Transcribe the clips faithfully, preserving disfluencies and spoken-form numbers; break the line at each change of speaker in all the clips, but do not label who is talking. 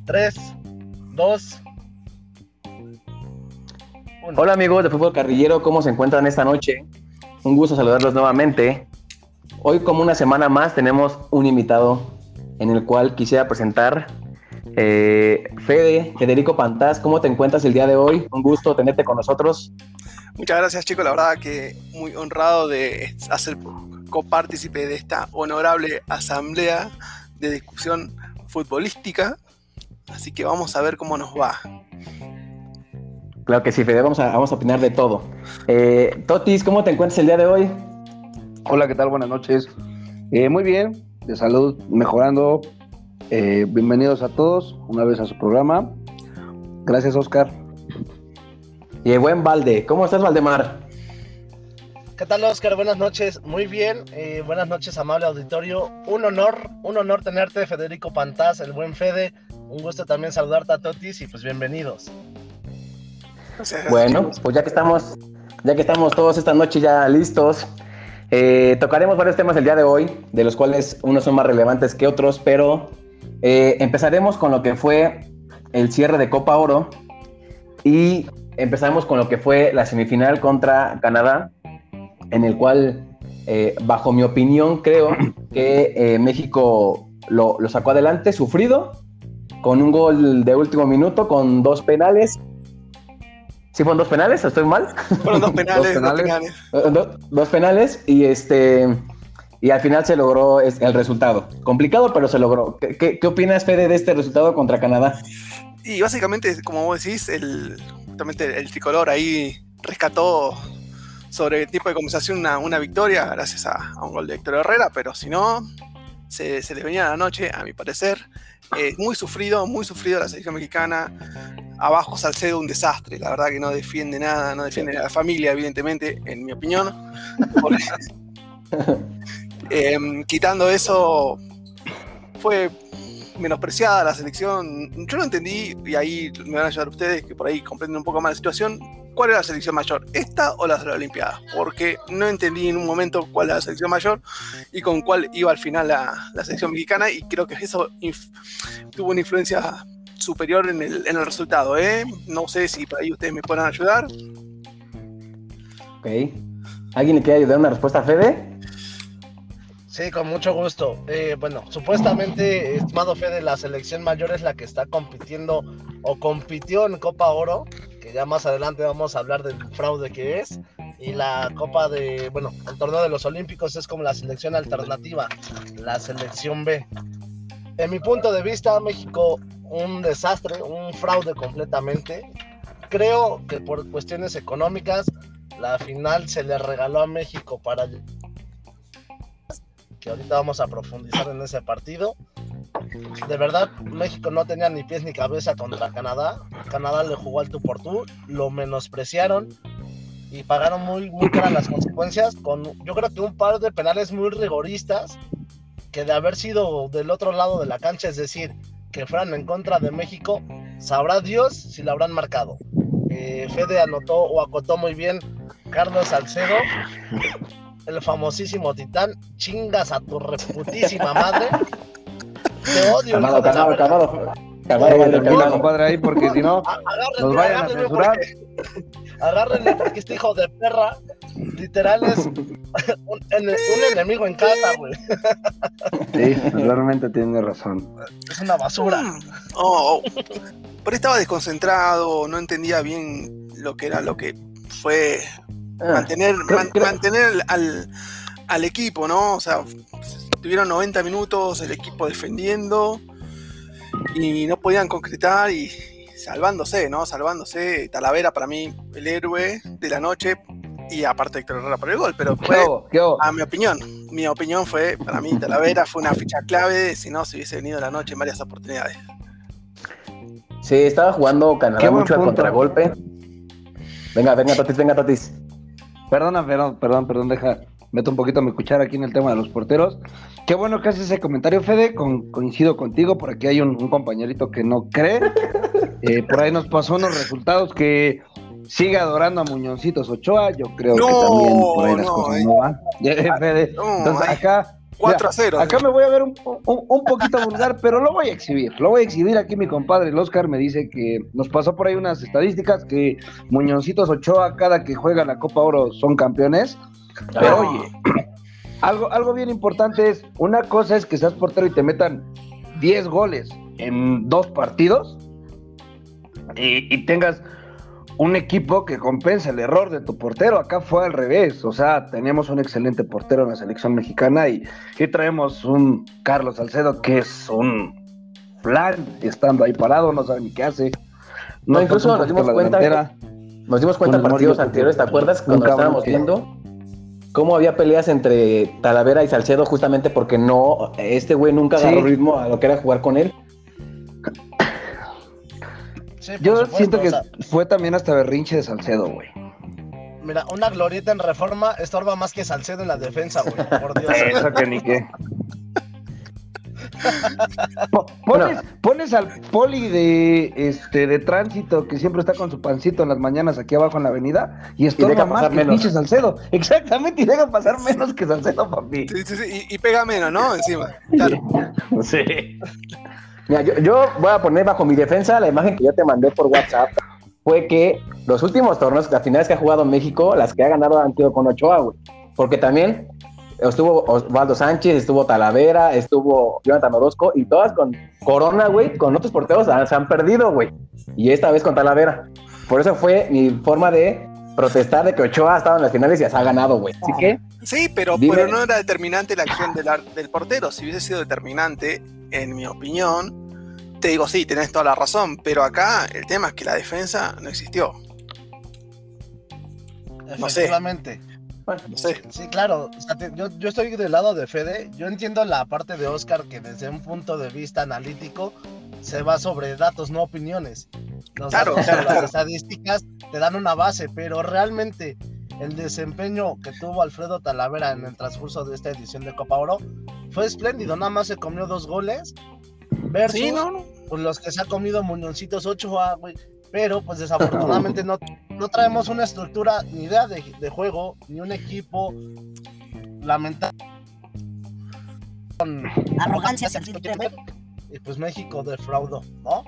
tres, dos, uno.
Hola amigos de Fútbol Carrillero, ¿cómo se encuentran esta noche? Un gusto saludarlos nuevamente. Hoy, como una semana más, tenemos un invitado en el cual quisiera presentar. Eh, Fede, Federico Pantás, ¿cómo te encuentras el día de hoy? Un gusto tenerte con nosotros.
Muchas gracias, chicos, la verdad que muy honrado de hacer copartícipe de esta honorable asamblea de discusión futbolística, así que vamos a ver cómo nos va.
Claro que sí, Fede, vamos a, vamos a opinar de todo. Eh, Totis, ¿cómo te encuentras el día de hoy?
Hola, ¿qué tal? Buenas noches. Eh, muy bien, de salud, mejorando. Eh, bienvenidos a todos, una vez a su programa. Gracias, Oscar.
Y el buen Valde, ¿cómo estás, Valdemar?
¿Qué tal, Oscar? Buenas noches, muy bien, eh, buenas noches, amable auditorio. Un honor, un honor tenerte, Federico Pantás, el buen Fede. Un gusto también saludarte a Totis y pues bienvenidos.
Bueno, pues ya que estamos, ya que estamos todos esta noche ya listos, eh, tocaremos varios temas el día de hoy, de los cuales unos son más relevantes que otros, pero eh, empezaremos con lo que fue el cierre de Copa Oro y empezaremos con lo que fue la semifinal contra Canadá, en el cual, eh, bajo mi opinión, creo que eh, México lo, lo sacó adelante, sufrido, con un gol de último minuto, con dos penales. ¿Sí fueron dos penales? ¿Estoy mal?
Fueron dos penales, dos penales.
Dos penales, dos, dos penales y, este, y al final se logró el resultado. Complicado, pero se logró. ¿Qué, qué, qué opinas, Fede, de este resultado contra Canadá?
Y básicamente, como vos decís, el, justamente el tricolor ahí rescató sobre el tipo de conversación una, una victoria gracias a, a un gol de Héctor Herrera, pero si no, se, se les venía la noche, a mi parecer. Eh, muy sufrido, muy sufrido la selección mexicana. Abajo Salcedo, un desastre, la verdad que no defiende nada, no defiende a la familia, evidentemente, en mi opinión. Porque, eh, quitando eso, fue menospreciada la selección. Yo no entendí, y ahí me van a ayudar ustedes, que por ahí comprenden un poco más la situación. ¿Cuál era la selección mayor? ¿Esta o las de la Olimpiada? Porque no entendí en un momento cuál era la selección mayor y con cuál iba al final la, la selección mexicana, y creo que eso inf- tuvo una influencia superior en el, en el resultado, ¿eh? No sé si por ahí ustedes me puedan ayudar.
Ok. ¿Alguien le quiere ayudar una respuesta a Fede?
Sí, con mucho gusto. Eh, bueno, supuestamente, estimado Fede, la selección mayor es la que está compitiendo o compitió en Copa Oro, que ya más adelante vamos a hablar del fraude que es, y la Copa de, bueno, el torneo de los Olímpicos es como la selección alternativa, la selección B. En mi punto de vista, México, un desastre, un fraude completamente. Creo que por cuestiones económicas, la final se le regaló a México para... que ahorita vamos a profundizar en ese partido. De verdad, México no tenía ni pies ni cabeza contra Canadá. Canadá le jugó al tú por tú, lo menospreciaron y pagaron muy, muy caras las consecuencias con, yo creo que un par de penales muy rigoristas, que de haber sido del otro lado de la cancha, es decir, que fueran en contra de México, sabrá Dios si la habrán marcado. Eh, Fede anotó o acotó muy bien Carlos Salcedo, el famosísimo Titán. Chingas a tu reputísima madre. Te odio,
Calmado,
hijo de la
calmado,
verga.
calmado. Calmado,
Eh,
Valde,
tranquilo,
calmado.
compadre, ahí, porque si no,
Agárrenme,
nos vayan a
agárrenme
censurar.
porque, agárrenme porque este hijo de perra literal es un, un enemigo en casa, güey.
Sí, realmente tiene razón.
Es una basura.
Mm, oh, oh. Pero estaba desconcentrado, no entendía bien lo que era lo que fue
Ah,
mantener,
creo-
man-
creo-
mantener al, al equipo, ¿no? O sea, tuvieron noventa minutos el equipo defendiendo y no podían concretar y, y salvándose, ¿no? Salvándose. Talavera, para mí, el héroe de la noche, y aparte Héctor Herrera por el gol, pero
¿Qué
fue,
hago? ¿Qué hago?
a mi opinión, mi opinión fue, para mí Talavera fue una ficha clave, si no se hubiese venido la noche en varias oportunidades.
Sí, estaba jugando Canadá
Qué buen
mucho a
punto.
contragolpe. Venga, venga, Totis, venga, Totis.
Perdona, perdón, perdón, perdón, deja, meto un poquito mi cuchara aquí en el tema de los porteros. Qué bueno que haces ese comentario, Fede, con, coincido contigo, por aquí hay un, un compañerito que no cree, eh, por ahí nos pasó unos resultados que sigue adorando a Muñoncitos Ochoa, yo creo
No,
que también por ahí las
no,
cosas
eh.
no van. Eh, Fede,
No,
entonces
ay.
acá
cuatro a cero.
Acá me voy a ver un, un, un poquito vulgar, pero lo voy a exhibir. Lo voy a exhibir aquí. Mi compadre, el Oscar, me dice que nos pasó por ahí unas estadísticas que Muñoncitos Ochoa, cada que juega la Copa Oro, son campeones. Pero
No.
oye, algo, algo bien importante es, una cosa es que seas portero y te metan diez goles en dos partidos y, y tengas un equipo que compensa el error de tu portero. Acá fue al revés, o sea, teníamos un excelente portero en la selección mexicana y, y traemos un Carlos Salcedo que es un flan, estando ahí parado, no sabe ni qué hace.
No, incluso nos dimos cuenta, nos dimos cuenta en partidos anteriores, ¿te acuerdas? Cuando estábamos que... viendo cómo había peleas entre Talavera y Salcedo, justamente porque no, este güey nunca agarró sí. ritmo a lo que era jugar con él.
Sí,
Yo
supuesto,
siento que
o sea,
fue también hasta berrinche de Salcedo, güey.
Mira, una glorieta en Reforma estorba más que Salcedo en la defensa, güey, por Dios.
Eso que ni qué. Pones, bueno. pones al poli de este de tránsito que siempre está con su pancito en las mañanas aquí abajo en la avenida y estorba más que menos. Pinche Salcedo. Exactamente, y deja pasar menos que Salcedo, papi.
Sí, sí, sí, y, y pega menos, ¿no? Encima. Claro.
Sí. Mira, yo, yo voy a poner bajo mi defensa la imagen que yo te mandé por WhatsApp. Fue que los últimos torneos, las finales que ha jugado México, las que ha ganado han sido con Ochoa, güey. Porque también estuvo Osvaldo Sánchez, estuvo Talavera, estuvo Jonathan Orozco, y todas con Corona, güey, con otros porteros se han perdido, güey. Y esta vez con Talavera. Por eso fue mi forma de protestar de que Ochoa ha estado en las finales y se ha ganado, güey. Así que...
Sí, pero, pero no era determinante la acción del, del portero. Si hubiese sido determinante, en mi opinión, te digo, sí, tenés toda la razón, pero acá el tema es que la defensa no existió.
Efectivamente.
Bueno, no sé.
Sí, claro. O sea, te, yo, yo estoy del lado de Fede. Yo entiendo la parte de Oscar que desde un punto de vista analítico se va sobre datos, no opiniones. Los
claro,
datos,
claro,
las
claro.
estadísticas te dan una base, pero realmente el desempeño que tuvo Alfredo Talavera en el transcurso de esta edición de Copa Oro fue espléndido. Nada más se comió dos goles versus
sí, no, no.
Pues, los que se ha comido Muñoncitos Ochoa, güey. Pero pues desafortunadamente no, no traemos una estructura ni idea de, de juego, ni un equipo lamentable con
arrogancia
y pues México defraudó, ¿no?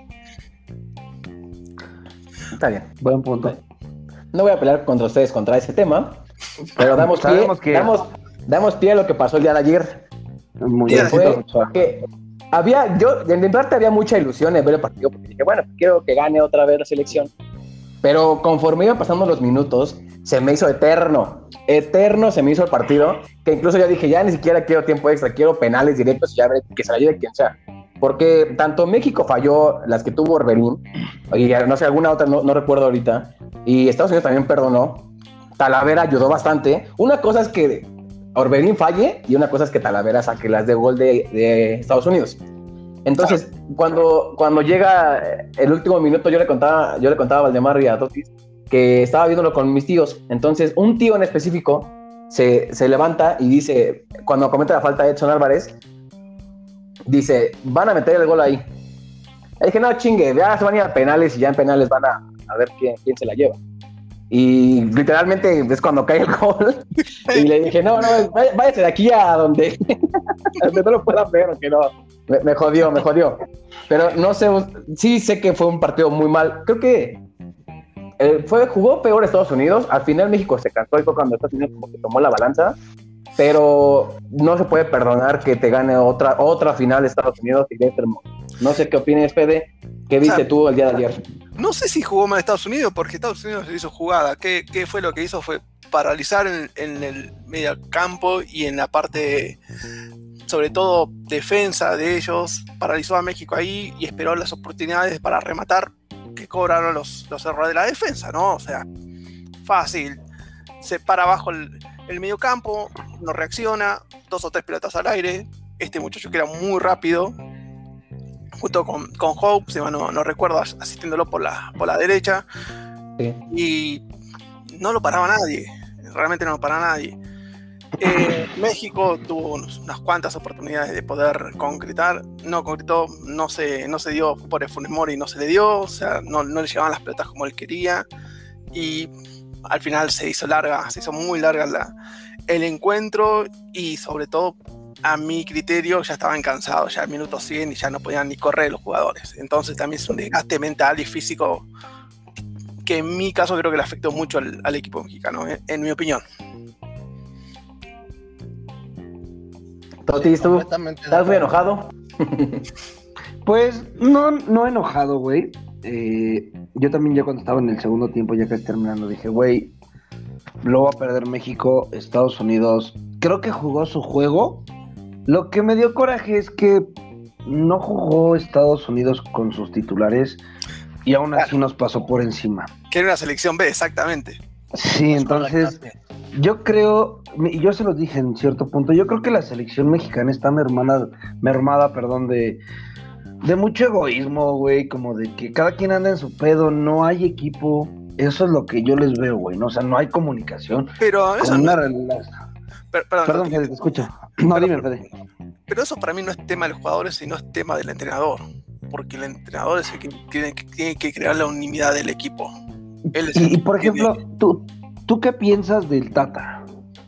Está bien.
Buen punto.
No voy a pelear contra ustedes contra ese tema, pero damos pie,
que...
damos, damos pie a lo que pasó el día de ayer.
Muy
bien. Fue que había, yo, de mi parte había mucha ilusión en ver el partido, porque dije, bueno, quiero que gane otra vez la selección. Pero conforme iban pasando los minutos, se me hizo eterno, eterno se me hizo el partido, que incluso yo dije, ya ni siquiera quiero tiempo extra, quiero penales directos y ya veré que se la lleve quien sea. Porque tanto México falló las que tuvo Orbelín, y no sé, alguna otra, no, no recuerdo ahorita, y Estados Unidos también perdonó. Talavera ayudó bastante. Una cosa es que Orbelín falle y una cosa es que Talavera saque las de gol de, de Estados Unidos. Entonces, cuando, cuando llega el último minuto, yo le contaba, yo le contaba a Valdemar y a Totis que estaba viéndolo con mis tíos. Entonces, un tío en específico se, se levanta y dice, cuando comete la falta de Edson Álvarez, dice, van a meter el gol ahí. Le dije, no chingue, ya se van a ir a penales y ya en penales van a, a ver quién, quién se la lleva. Y literalmente es cuando cae el gol. Y le dije, no, no, váyase de aquí a donde, donde no lo puedan ver, que no. Me, me jodió, me jodió. Pero no sé, sí sé que fue un partido muy mal. Creo que eh, fue, jugó peor Estados Unidos. Al final México se cansó y fue cuando Estados Unidos como que tomó la balanza. Pero no se puede perdonar que te gane otra, otra final de Estados Unidos y de este modo. No sé qué opinas, Fede. ¿Qué viste o sea, tú el día de ayer?
No sé si jugó mal Estados Unidos, porque Estados Unidos se hizo jugada. ¿Qué, qué fue lo que hizo? Fue paralizar en, en el medio campo y en la parte, sobre todo, defensa de ellos. Paralizó a México ahí y esperó las oportunidades para rematar que cobraron los, los errores de la defensa, ¿no? O sea, fácil. Se para abajo el, el medio campo, no reacciona, dos o tres pelotas al aire. Este muchacho que era muy rápido, junto con, con Hope, si no, no recuerdo, asistiéndolo por la, por la derecha. Sí. Y no lo paraba nadie, realmente no lo paraba nadie. Eh, México tuvo unos, unas cuantas oportunidades de poder concretar, no concretó, no se, no se dio por el Funes Mori, no se le dio, o sea, no, no le llegaban las pelotas como él quería, y al final se hizo larga, se hizo muy larga la, el encuentro, y sobre todo a mi criterio ya estaban cansados, ya al minuto cien y ya no podían ni correr los jugadores. Entonces también es un desgaste mental y físico que en mi caso creo que le afectó mucho al, al equipo mexicano, en, en mi opinión.
Totis, ¿tú estás muy enojado?
Pues no, no enojado, güey. Eh, yo también ya cuando estaba en el segundo tiempo, ya casi terminando, dije, güey, lo va a perder México, Estados Unidos. Creo que jugó su juego. Lo que me dio coraje es que no jugó Estados Unidos con sus titulares y aún así nos pasó por encima.
Que era una selección B, exactamente.
Sí, entonces yo creo, y yo se los dije en cierto punto, yo creo que la selección mexicana está mermada, mermada, perdón, de, de mucho egoísmo, güey, como de que cada quien anda en su pedo, no hay equipo. Eso es lo que yo les veo, güey, ¿no? O sea, no hay comunicación.
Pero eso no...
Una relación. Per perdón, perdón Fede, te escucho. No, perdón, dime, Fede.
Pero eso para mí no es tema de los jugadores, sino es tema del entrenador. Porque el entrenador es el que tiene que, tiene que crear la unidad del equipo. Él es
y, y por ejemplo, tiene... ¿tú, ¿tú qué piensas del Tata?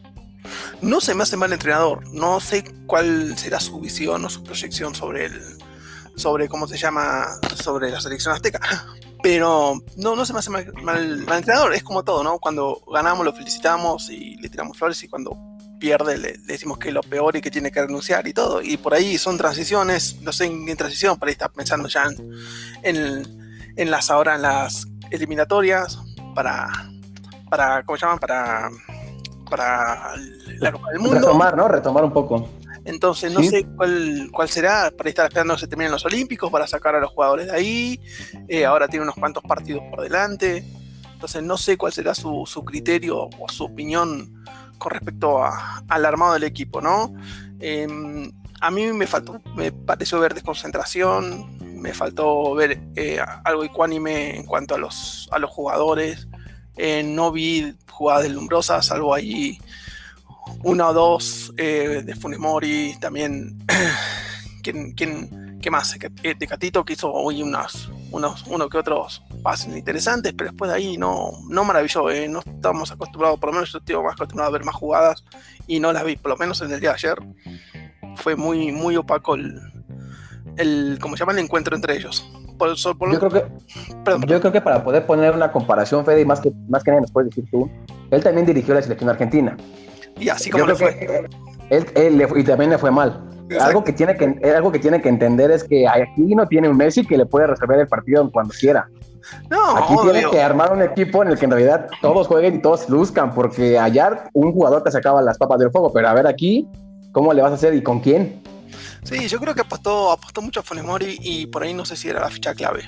No se me hace mal entrenador. No sé cuál será su visión o su proyección sobre el, sobre cómo se llama, sobre la selección azteca. Pero no, no se me hace mal, mal, mal entrenador. Es como todo, ¿no? Cuando ganamos lo felicitamos y le tiramos flores, y cuando pierde le, le decimos que es lo peor y que tiene que renunciar y todo. Y por ahí son transiciones, no sé en qué transición, por ahí está pensando ya en, en, en las ahora en las eliminatorias para, para ¿cómo se llaman? Para, para la Copa del Mundo.
Retomar, ¿no? Retomar un poco.
Entonces no ¿Sí? sé cuál, cuál será, para estar esperando que se terminen los Olímpicos, para sacar a los jugadores de ahí. Eh, ahora tiene unos cuantos partidos por delante. Entonces no sé cuál será su, su criterio o su opinión con respecto a, al armado del equipo, ¿no? Eh, a mí me faltó, me pareció ver desconcentración, me faltó ver eh, algo ecuánime en cuanto a los, a los jugadores. Eh, no vi jugadas deslumbrosas, salvo ahí una o dos eh, de Funes Mori, también ¿quién, quién, ¿qué más? Tecatito, que hizo hoy unos, unos, uno que otros pases interesantes, pero después de ahí no, no maravilló, eh, no estamos acostumbrados, por lo menos yo estoy más acostumbrado a ver más jugadas y no las vi, por lo menos en el día de ayer fue muy, muy opaco el, el ¿cómo se llama? El encuentro entre ellos. Por, por
yo, creo que, perdón, perdón. yo creo que para poder poner una comparación, Fede, y más que, más que nada nos puedes decir tú, él también dirigió la selección argentina.
Y así como le fue.
Él, él, él, y también le fue mal. Algo que, tiene que, algo que tiene que entender es que aquí no tiene un Messi que le puede resolver el partido cuando quiera.
No,
aquí
obvio.
Tiene que armar un equipo en el que en realidad todos jueguen y todos luzcan, porque allá un jugador te sacaba las papas del fuego, pero a ver aquí, ¿cómo le vas a hacer y con quién?
Sí, yo creo que apostó, apostó mucho a Funes Mori y por ahí no sé si era la ficha clave.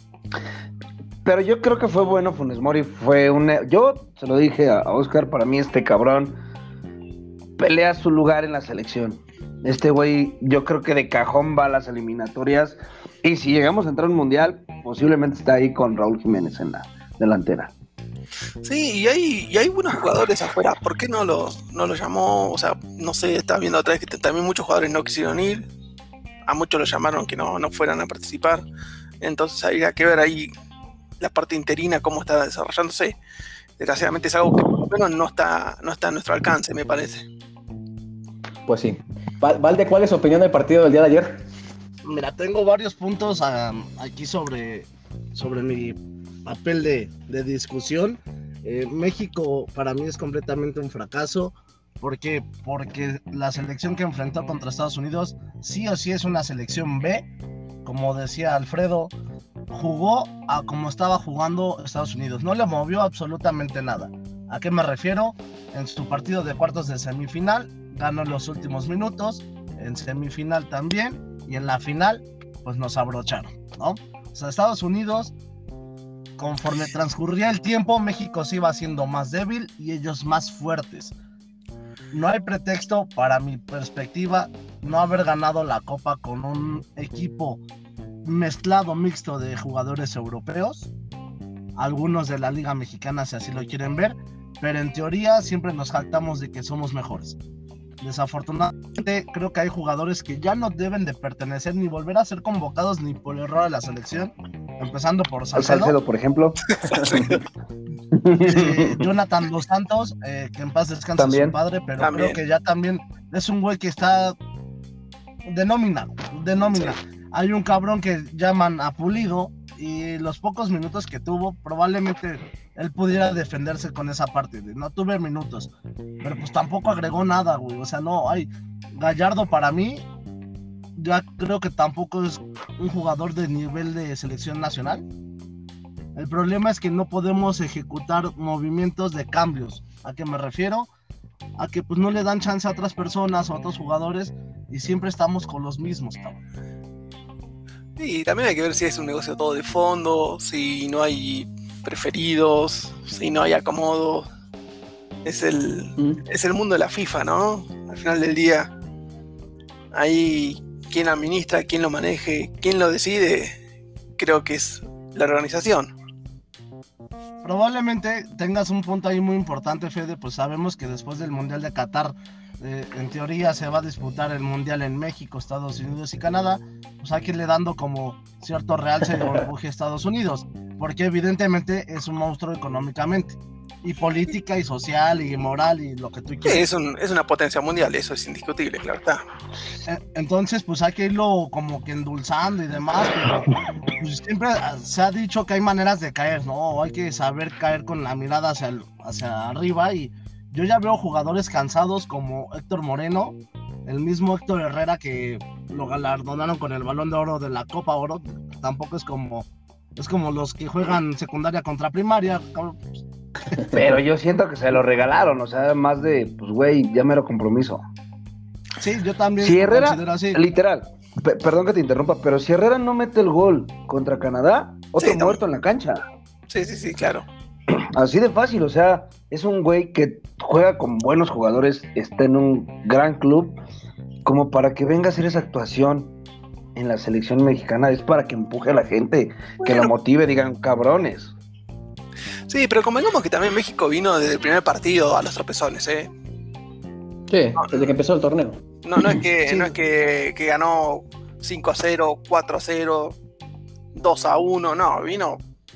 Pero yo creo que fue bueno Funes Mori, fue un... Yo se lo dije a Oscar, para mí este cabrón pelea su lugar en la selección. Este güey, yo creo que de cajón va a las eliminatorias. Y si llegamos a entrar a un mundial, posiblemente está ahí con Raúl Jiménez en la delantera.
Sí, y hay, y hay buenos jugadores afuera. ¿Por qué no los, no los llamó? O sea, no sé, estaba viendo otra vez que también muchos jugadores no quisieron ir. A muchos los llamaron que no, no fueran a participar. Entonces habría que ver ahí la parte interina, cómo está desarrollándose. Desgraciadamente es algo que por lo menos no está, no está a nuestro alcance, me parece.
Pues sí. Valde, ¿cuál es su opinión del partido del día de ayer?
Mira, tengo varios puntos um, aquí sobre, sobre mi papel de, de discusión. Eh, México para mí es completamente un fracaso. ¿Por qué? Porque la selección que enfrentó contra Estados Unidos sí o sí es una selección B. Como decía Alfredo, jugó a como estaba jugando Estados Unidos. No le movió absolutamente nada. ¿A qué me refiero? En su partido de cuartos de semifinal ganó en los últimos minutos, en semifinal también, y en la final pues nos abrocharon, ¿no? O sea, Estados Unidos, conforme transcurría el tiempo, México se iba haciendo más débil y ellos más fuertes. No hay pretexto, para mi perspectiva, no haber ganado la Copa con un equipo mezclado, mixto de jugadores europeos, algunos de la Liga Mexicana si así lo quieren ver, pero en teoría siempre nos jactamos de que somos mejores. Desafortunadamente creo que hay jugadores que ya no deben de pertenecer ni volver a ser convocados ni por error a la selección, empezando por Salcedo,
Salcedo por ejemplo.
Eh, Jonathan Dos Santos, eh, que en paz descanse
También.
su padre, pero
También.
creo que ya también es un güey que está de nómina, de nómina. Hay un cabrón que llaman a Pulido y los pocos minutos que tuvo, probablemente él pudiera defenderse con esa parte de no tuve minutos, pero pues tampoco agregó nada, güey. O sea, no hay. Gallardo para mí, ya creo que tampoco es un jugador de nivel de selección nacional. El problema es que no podemos ejecutar movimientos de cambios. ¿A qué me refiero? A que pues no le dan chance a otras personas o a otros jugadores y siempre estamos con los mismos, cabrón.
Y también hay que ver si es un negocio todo de fondo, si no hay preferidos, si no hay acomodo. Es el,
Mm.
es el mundo de la FIFA, ¿no? Al final del día, ahí quien administra, quien lo maneje, quien lo decide, creo que es la organización.
Probablemente tengas un punto ahí muy importante, Fede, pues sabemos que después del Mundial de Qatar, eh, en teoría se va a disputar el Mundial en México, Estados Unidos y Canadá, pues hay que irle dando como cierto realce o empuje a Estados Unidos, porque evidentemente es un monstruo económicamente, y política y social y moral y lo que tú
Sí,
quieras.
es, un, es una potencia mundial, eso es indiscutible, claro está.
Eh, Entonces, pues hay que irlo como que endulzando y demás, pero pues, siempre se ha dicho que hay maneras de caer, ¿no? Hay que saber caer con la mirada hacia, el- hacia arriba y yo ya veo jugadores cansados como Héctor Moreno, el mismo Héctor Herrera que lo galardonaron con el Balón de Oro de la Copa Oro, tampoco es como, es como los que juegan secundaria contra primaria, cabrón.
Pero yo siento que se lo regalaron, o sea, más de, pues, güey, ya mero compromiso.
Sí, yo también
Si
lo
Herrera,
considero así.
literal, pe- perdón que te interrumpa, pero si Herrera no mete el gol contra Canadá, otro
Sí, no.
muerto en la cancha.
Sí, sí, sí, claro.
Así de fácil, o sea, es un güey que juega con buenos jugadores, está en un gran club, como para que venga a hacer esa actuación en la selección mexicana, es para que empuje a la gente, que
Bueno.
la motive, digan, cabrones.
Sí, pero convengamos que también México vino desde el primer partido a los tropezones, ¿eh?
Sí, desde que empezó el torneo.
No, no es que,
Sí.
no es que, que ganó cinco a cero, cuatro a cero, dos a uno, no, vino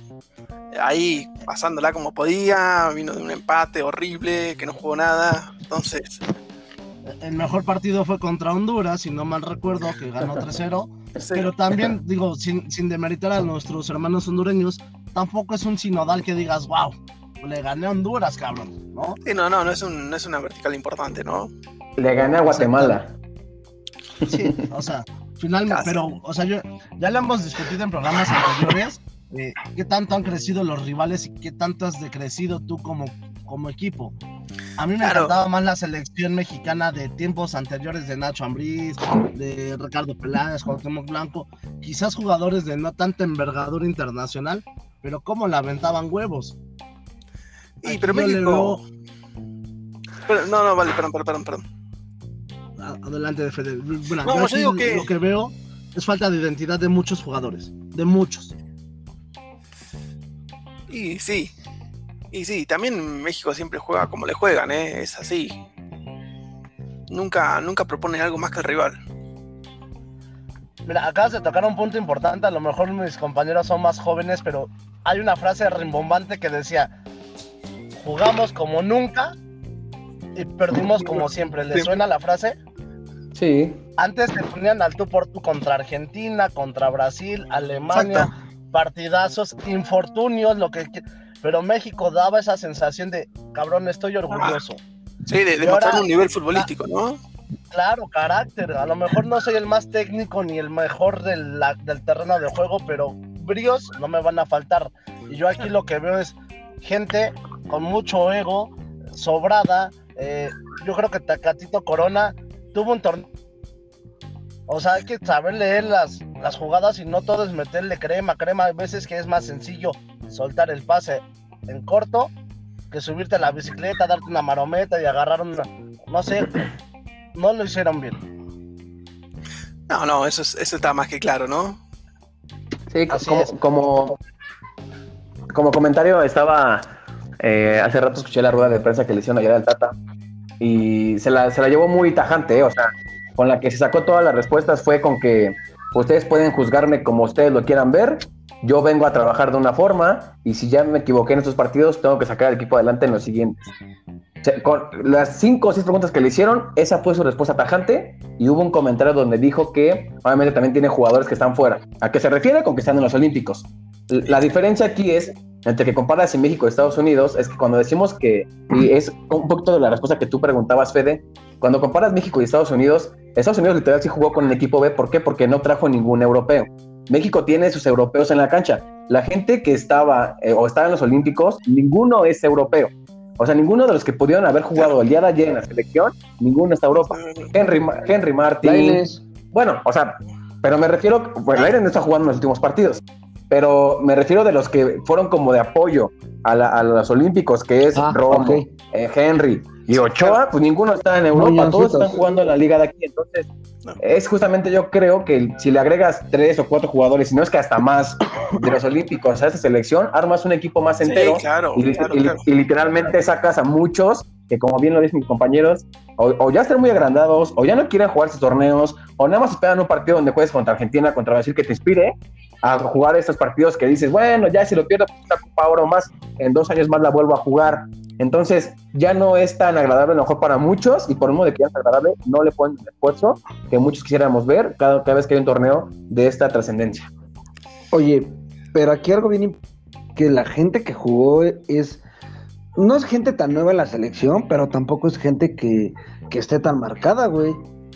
ahí pasándola como podía, vino de un empate horrible, que no jugó nada, entonces,
El mejor partido fue contra Honduras, si no mal recuerdo, que ganó tres cero.
sí.
Pero también, digo, sin, sin demeritar a nuestros hermanos hondureños, tampoco es un sinodal que digas, wow, le gané a Honduras, cabrón, ¿no?
Sí, no, no, no es, un, no es una vertical importante, ¿no?
Le gané a Guatemala.
Sí, o sea, finalmente,
Casi.
pero, o sea, yo, ya lo hemos discutido en programas anteriores, eh, qué tanto han crecido los rivales y qué tanto has decrecido tú como, como equipo. A mí me
Claro.
encantaba más la selección mexicana de tiempos anteriores de Nacho Ambriz, de Ricardo Peláez, Cuauhtémoc Blanco, quizás jugadores de no tanta envergadura internacional, pero cómo le aventaban huevos.
Y
Aquí
pero
yo le
México...
veo-
pero- no, no, vale, perdón, perdón, perdón.
a- Adelante, Fede. Bueno,
No,
yo
yo
aquí
digo que-
lo que veo es falta de identidad de muchos jugadores, de muchos.
Y sí, y sí, también México siempre juega como le juegan, ¿eh? Es así. Nunca, nunca proponen algo más que el rival.
Mira, acabas de tocar un punto importante, a lo mejor mis compañeros son más jóvenes, pero hay una frase rimbombante que decía, jugamos como nunca y perdimos como siempre. ¿Les suena la frase?
Sí.
Antes te ponían al tú por tú contra Argentina, contra Brasil, Alemania,
Exacto.
partidazos, infortunios, lo que... que- Pero México daba esa sensación de, cabrón, estoy orgulloso.
Sí, de,
Y
de mostrar
ahora-
un nivel futbolístico, ¿no?
Claro, carácter. A lo mejor no soy el más técnico ni el mejor del, la- del terreno de juego, pero bríos no me van a faltar. Y yo aquí lo que veo es gente con mucho ego, sobrada. eh, yo creo que Tecatito Corona tuvo un torneo. O sea, hay que saber leer las, las jugadas y no todo es meterle crema, crema. Hay veces que es más sencillo soltar el pase en corto que subirte a la bicicleta, darte una marometa y agarrar una... No sé, no lo hicieron bien.
No, no, eso, es- eso está más que claro, ¿no?
Sí,
Así
como,
es.
como, como comentario, estaba eh, hace rato escuché la rueda de prensa que le hicieron ayer al Tata y se la, se la llevó muy tajante, ¿eh? O sea, con la que se sacó todas las respuestas fue con que ustedes pueden juzgarme como ustedes lo quieran ver, yo vengo a trabajar de una forma y si ya me equivoqué en estos partidos, tengo que sacar al equipo adelante en los siguientes. O sea, con las cinco o seis preguntas que le hicieron, esa fue su respuesta tajante y hubo un comentario donde dijo que obviamente también tiene jugadores que están fuera. ¿A qué se refiere? Con que están en los Olímpicos. La diferencia aquí es, entre que comparas en México y Estados Unidos, es que cuando decimos que, y es un poquito de la respuesta que tú preguntabas, Fede, cuando comparas México y Estados Unidos, Estados Unidos literal sí jugó con el equipo B, ¿por qué? Porque no trajo ningún europeo. México tiene sus europeos en la cancha. La gente que estaba eh, o estaba en los Olímpicos, ninguno es europeo. O sea, ninguno de los que pudieron haber jugado el día de ayer en la selección, ninguno está en Europa. Henry, Henry Martin.
Lainez.
Bueno, o sea, pero me refiero, pues Lainez no está jugando en los últimos partidos, pero me refiero de los que fueron como de apoyo a, la, a los Olímpicos, que es
Ah,
Romo,
okay.
eh, Henry y Ochoa, pues ninguno está en Europa,
Muñoncitos.
todos están jugando en la liga de aquí, entonces
No.
es justamente yo creo que si le agregas tres o cuatro jugadores, si no es que hasta más de los Olímpicos a esta selección, armas un equipo más entero.
Sí, claro,
y,
claro,
y-
claro.
y literalmente sacas a muchos que, como bien lo dicen mis compañeros, o, o ya están muy agrandados, o ya no quieren jugar sus torneos, o nada más esperan un partido donde juegues contra Argentina, contra Brasil, que te inspire a jugar estos partidos que dices, bueno, ya si lo pierdo, pues una Copa Oro más, en dos años más la vuelvo a jugar. Entonces, ya no es tan agradable a lo mejor para muchos, y por un modo de que ya es agradable, no le ponen el esfuerzo que muchos quisiéramos ver cada, cada vez que hay un torneo de esta trascendencia.
Oye, pero aquí algo bien imp- que la gente que jugó es no es gente tan nueva en la selección, pero tampoco es gente que, que esté tan marcada, güey.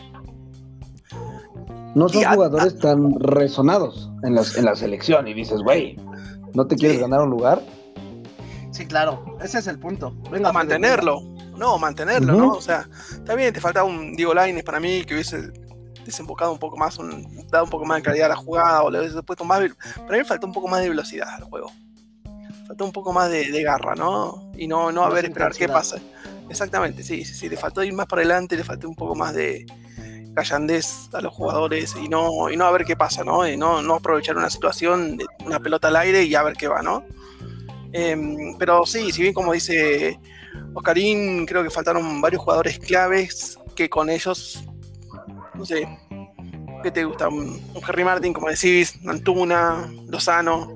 No son
Y a-
jugadores tan resonados en, las, en la selección y dices, güey, ¿no te quieres
Sí.
ganar un lugar?
Sí, claro, ese es el punto. Venga,
No, mantenerlo. No, mantenerlo,
Ujú.
¿no? O sea, también te falta un Diego Lainez para mí que hubiese desembocado un poco más, un, dado un poco más de calidad a la jugada, o le hubiese puesto más. Para mí falta un poco más de velocidad al juego. Falta un poco más de, de garra, ¿no? Y no, no a
Más
ver, esperar qué
intensidad.
pasa. Exactamente, sí, sí, sí. Le faltó ir más para adelante, le faltó un poco más de callandez a los jugadores y no, y no a ver qué pasa, ¿no? Y no, no aprovechar una situación, de una pelota al aire y a ver qué va, ¿no? Em, pero sí, si bien como dice Oscarín, creo que faltaron varios jugadores claves que con ellos, no sé, ¿qué te gusta? Un, un Henry Martin, como decís, Antuna, Lozano,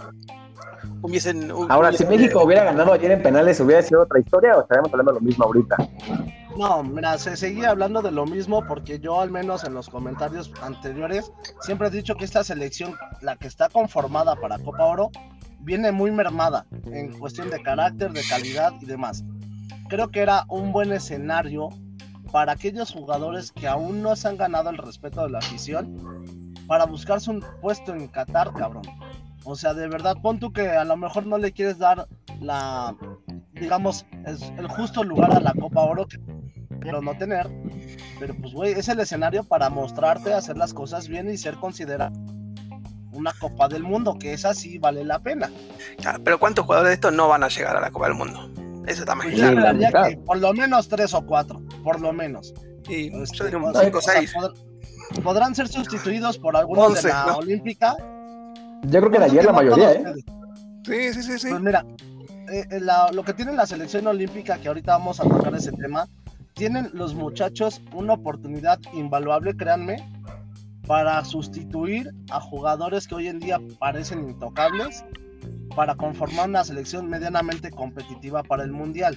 hubiesen...
Ahora, si
hubiesen-
México hubiera ganado ayer en penales, ¿hubiera sido otra historia o estaríamos hablando de lo mismo ahorita?
No, mira, se seguía hablando de lo mismo porque yo al menos en los comentarios anteriores siempre he dicho que esta selección, la que está conformada para Copa Oro, viene muy mermada en cuestión de carácter, de calidad y demás. Creo que era un buen escenario para aquellos jugadores que aún no se han ganado el respeto de la afición para buscarse un puesto en Qatar, cabrón. O sea, de verdad, pon tú que a lo mejor no le quieres dar la, digamos, es el justo lugar a la Copa Oro que quiero no tener, pero pues güey, es el escenario para mostrarte, hacer las cosas bien y ser considerado una Copa del Mundo, que esa sí vale la pena.
Claro, pero ¿cuántos jugadores de estos no van a llegar a la Copa del Mundo? Eso también.
Pues yo
Sí, la
esperaría
mitad.
que por lo menos tres o cuatro, por lo menos.
Y
Este,
yo diría un
o sea,
cinco o seis.
pod- podrán ser sustituidos por algunos
once,
de la
¿no?
Olímpica.
Yo creo que de
Pon tú
ayer la
no
mayoría,
todos
¿eh?
pueden.
Sí, sí, sí, sí.
Pues mira, eh, eh, la- lo que tiene la selección olímpica, que ahorita vamos a tocar ese tema, tienen los muchachos una oportunidad invaluable, créanme, para sustituir a jugadores que hoy en día parecen intocables, para conformar una selección medianamente competitiva para el Mundial.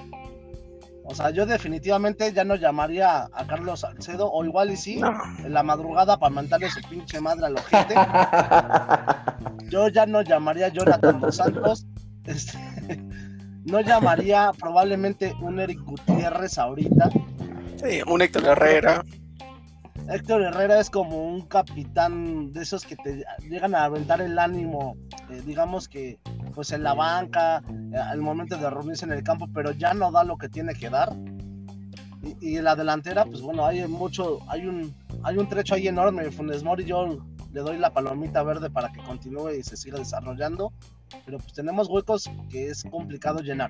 O sea, yo definitivamente ya no llamaría a Carlos Salcedo, o igual y sí,
No.
en la madrugada para mandarle su pinche madre al ojete. Yo ya no llamaría a Jonathan Dos Santos, este, no llamaría probablemente un Eric Gutiérrez ahorita.
Sí, un Héctor Herrera.
Héctor Herrera es como un capitán de esos que te llegan a aventar el ánimo, eh, digamos que pues en la banca, eh, al momento de reunirse en el campo, pero ya no da lo que tiene que dar. Y, y en la delantera, pues bueno, hay mucho, hay un, hay un trecho ahí enorme. Funes Mori, yo le doy la palomita verde para que continúe y se siga desarrollando, pero pues tenemos huecos que es complicado llenar.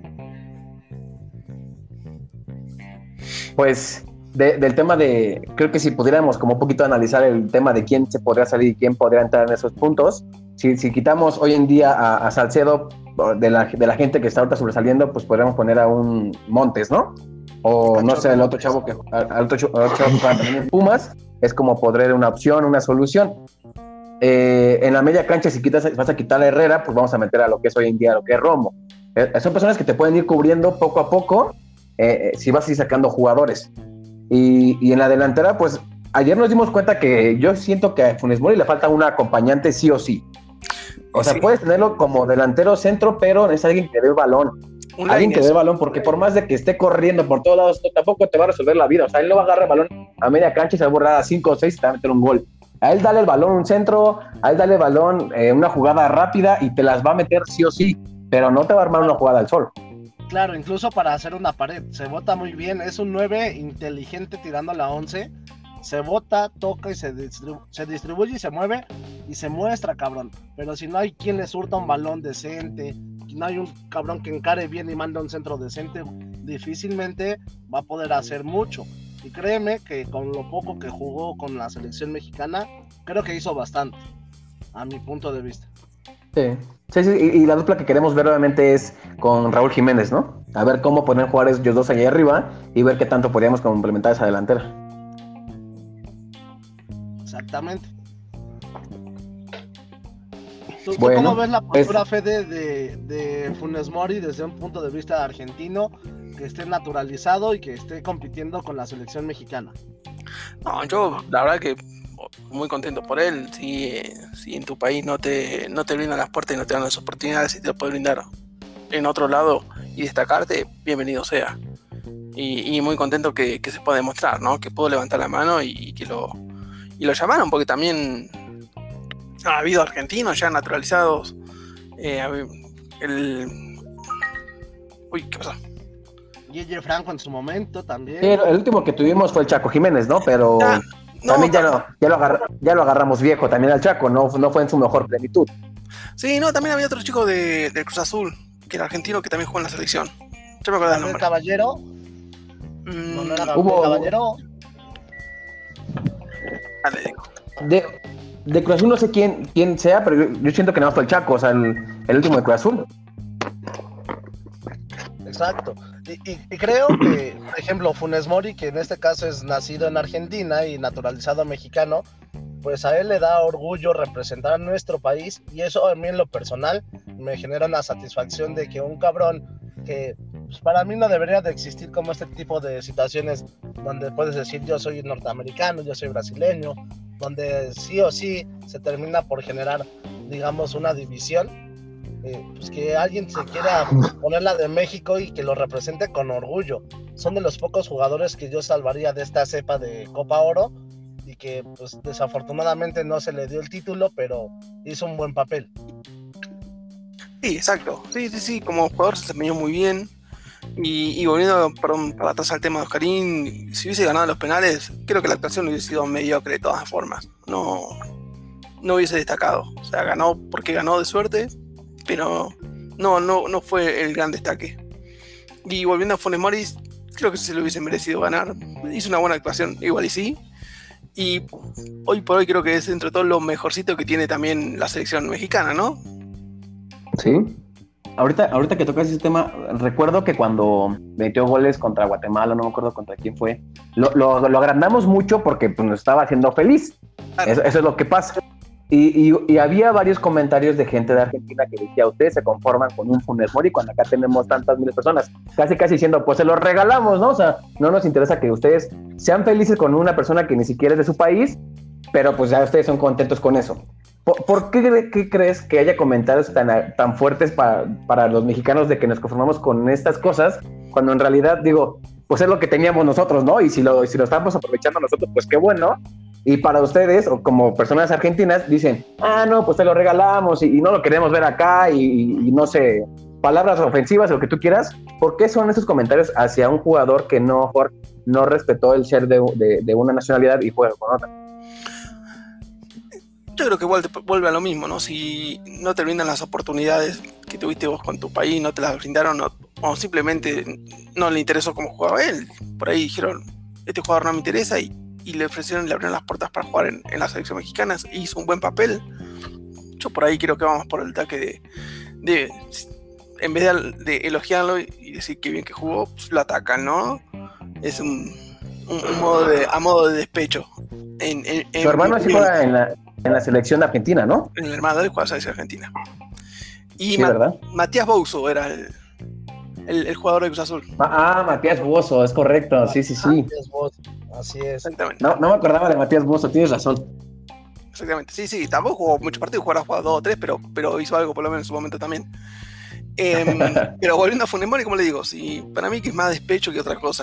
Pues de- del tema de, creo que si pudiéramos como un poquito analizar el tema de quién se podría salir y quién podría entrar en esos puntos, si, si quitamos hoy en día a, a Salcedo de la, de la gente que está ahorita sobresaliendo, pues podríamos poner a un Montes, ¿no? O no sé, el otro chavo que al otro, ch- al otro chavo que juega también en Pumas, es como podría una opción, una solución. eh, en la media cancha, si quitas, vas a quitar a Herrera, pues vamos a meter a lo que es hoy en día, lo que es Romo. Eh, son personas que te pueden ir cubriendo poco a poco, eh, si vas a ir sacando jugadores. Y, y en la delantera, pues ayer nos dimos cuenta que yo siento que a Funes Mori le falta un acompañante sí o sí. O sea, sí. Puedes tenerlo como delantero centro, pero es alguien que dé el balón. Un alguien que dé el balón, porque por más de que esté corriendo por todos lados, tampoco te va a resolver la vida. O sea, él no va a agarrar el balón a media cancha y se va a borrar a cinco o seis y te va a meter un gol. A él dale el balón un centro, a él dale el balón eh, una jugada rápida y te las va a meter sí o sí, pero no te va a armar una jugada al sol.
Claro, incluso para hacer una pared, se bota muy bien, es un nueve inteligente tirando la once, se bota, toca y se, distribu- se distribuye y se mueve y se muestra, cabrón. Pero si no hay quien le surta un balón decente, no hay un cabrón que encare bien y manda un centro decente, difícilmente va a poder hacer mucho. Y créeme que con lo poco que jugó con la selección mexicana, creo que hizo bastante, a mi punto de vista.
Sí, sí, sí, y, y la dupla que queremos ver obviamente es con Raúl Jiménez, ¿no? A ver cómo pueden jugar ellos dos allá arriba y ver qué tanto podríamos complementar esa delantera.
Exactamente. ¿Tú,
bueno,
¿tú cómo ves la postura,
es...
Fede, de, de Funes Mori desde un punto de vista argentino, que esté naturalizado y que esté compitiendo con la selección mexicana?
No, yo la verdad que muy contento por él. Si, si en tu país no te, no te brindan las puertas y no te dan las oportunidades y te lo puedes brindar en otro lado y destacarte, bienvenido sea. Y, y muy contento que, que se pueda demostrar, ¿no? Que puedo levantar la mano y, y que lo y lo llamaron, porque también ha habido argentinos ya naturalizados. Eh, el uy, ¿qué pasó?
Guille Franco en su momento también.
Sí, el último que tuvimos fue el Chaco Jiménez, ¿no? Pero
ah, no,
también ya, no, ya, lo agarra, ya lo agarramos viejo también al Chaco, no, no fue en su mejor plenitud.
Sí, no, también había otro chico de, de Cruz Azul, que era argentino, que también jugó en la selección. Yo me acuerdo del nombre.
Caballero.
Mm,
no, no era
hubo...
Caballero.
Dale, digo.
De, de Cruz Azul no sé quién, quién sea, pero yo, yo siento que nada más fue el Chaco, o sea, el, el último de Cruz Azul.
Exacto. Y, y, y creo que, por ejemplo, Funes Mori, que en este caso es nacido en Argentina y naturalizado mexicano, pues a él le da orgullo representar a nuestro país, y eso a mí en lo personal me genera una satisfacción de que un cabrón que pues para mí no debería de existir como este tipo de situaciones donde puedes decir yo soy norteamericano, yo soy brasileño, donde sí o sí se termina por generar, digamos, una división. Eh, pues que alguien se quiera poner la de México y que lo represente con orgullo. Son de los pocos jugadores que yo salvaría de esta cepa de Copa Oro y que pues desafortunadamente no se le dio el título, pero hizo un buen papel.
Sí, exacto. Sí, sí, sí, como jugador se desempeñó muy bien. Y, y volviendo perdón, para atrás al tema de Oscarín, si hubiese ganado los penales, creo que la actuación hubiese sido mediocre de todas formas. No, no hubiese destacado. O sea, ganó porque ganó de suerte, pero no, no, no fue el gran destaque. Y volviendo a Funes Mori, creo que se lo hubiese merecido ganar. Hizo una buena actuación, igual y sí. Y hoy por hoy creo que es entre todo lo mejorcito que tiene también la selección mexicana, ¿no?
Sí. Ahorita, ahorita que tocas ese tema, recuerdo que cuando metió goles contra Guatemala, no me acuerdo contra quién fue, lo, lo, lo agrandamos mucho porque pues, nos estaba haciendo feliz. Claro. Eso, eso es lo que pasa. Y, y, y había varios comentarios de gente de Argentina que decía, ustedes se conforman con un Funes Mori cuando acá tenemos tantas miles de personas, casi casi diciendo, pues se los regalamos, ¿no? O sea, no nos interesa que ustedes sean felices con una persona que ni siquiera es de su país, pero pues ya ustedes son contentos con eso. ¿Por, por qué, qué crees que haya comentarios tan, tan fuertes para, para los mexicanos de que nos conformamos con estas cosas, cuando en realidad, digo, pues es lo que teníamos nosotros, ¿no? Y si lo, si lo estamos aprovechando nosotros, pues qué bueno. Y para ustedes, o como personas argentinas, dicen, ah, no, pues te lo regalamos y, y no lo queremos ver acá y, y no sé, palabras ofensivas o lo que tú quieras. ¿Por qué son esos comentarios hacia un jugador que no, no respetó el ser de, de, de una nacionalidad y juega con otra?
Yo creo que igual te vuelve a lo mismo, ¿no? Si no te brindan las oportunidades que tuviste vos con tu país, no te las brindaron, o, o simplemente no le interesó cómo jugaba él. Por ahí dijeron, este jugador no me interesa y y le ofrecieron, le abrieron las puertas para jugar en, en la selección mexicana y hizo un buen papel. Yo por ahí creo que vamos por el taque de, de en vez de, de elogiarlo y decir que bien que jugó, pues lo atacan, ¿no? Es un, un, un modo de, a modo de despecho. En, en,
¿Tu hermano
en,
sí juega en la, en la selección de Argentina, ¿no?
En el hermano de juega la selección argentina. Y
Sí,
Ma-
¿verdad?
Matías Bouzo era el, el, el jugador de Cruz Azul.
Ah, Matías Buoso, es correcto, sí, sí, sí.
Así es, vos. Así es.
Exactamente.
No, no me acordaba de Matías Buoso, tienes razón.
Exactamente. Sí, sí, tampoco jugó muchos partidos, jugó jugado dos o tres, pero, pero hizo algo por lo menos en su momento también. Em, pero volviendo a Funes Mori, como le digo, sí, para mí que es más despecho que otra cosa.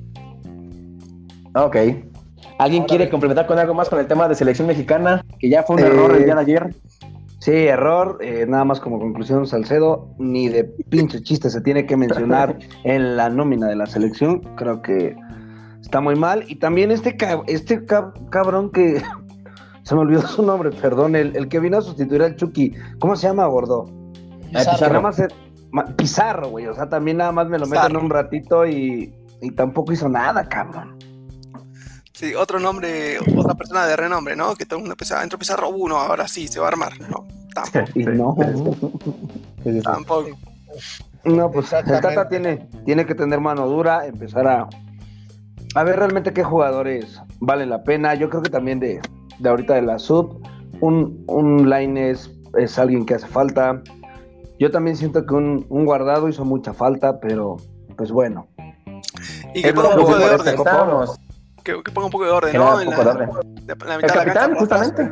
Ok. ¿Alguien
Ahora
quiere
bien.
complementar con algo más con el tema de selección mexicana? Que ya fue un
Eh,
error el día de ayer.
Sí, error, eh, nada más como conclusión, Salcedo, ni de pinche chiste se tiene que mencionar en la nómina de la selección, creo que está muy mal, y también este, cab- este cab- cabrón que, se me olvidó su nombre, perdón, el, el que vino a sustituir al Chucky, ¿cómo se llama, gordo?
Ah,
Pizarro.
Que nada más se- ma- Pizarro, güey, o sea, también nada más me lo meten
Pizarro.
un ratito y, y tampoco hizo nada, cabrón.
Sí, otro nombre, otra persona de renombre, ¿no? Que todo el mundo empezaba, entró Pizarro uno, ahora sí, se va a armar. No, tampoco.
Y no,
Sí, sí, sí.
Tampoco.
no, pues el
Exactamente.
Tata tiene, tiene que tener mano dura, empezar a, a ver realmente qué jugadores valen la pena. Yo creo que también de, de ahorita de la sub, un, un line es, es alguien que hace falta. Yo también siento que un, un Guardado hizo mucha falta, pero pues bueno.
Y que
Es
ponga un
lo
poco
que
de
por
orden,
este
Estábamos.
que, que ponga un poco de orden,
Que le
¿no?
da
En
un poco de
la,
orden.
de- la
El
mitad de la
capitán,
cancha.
justamente.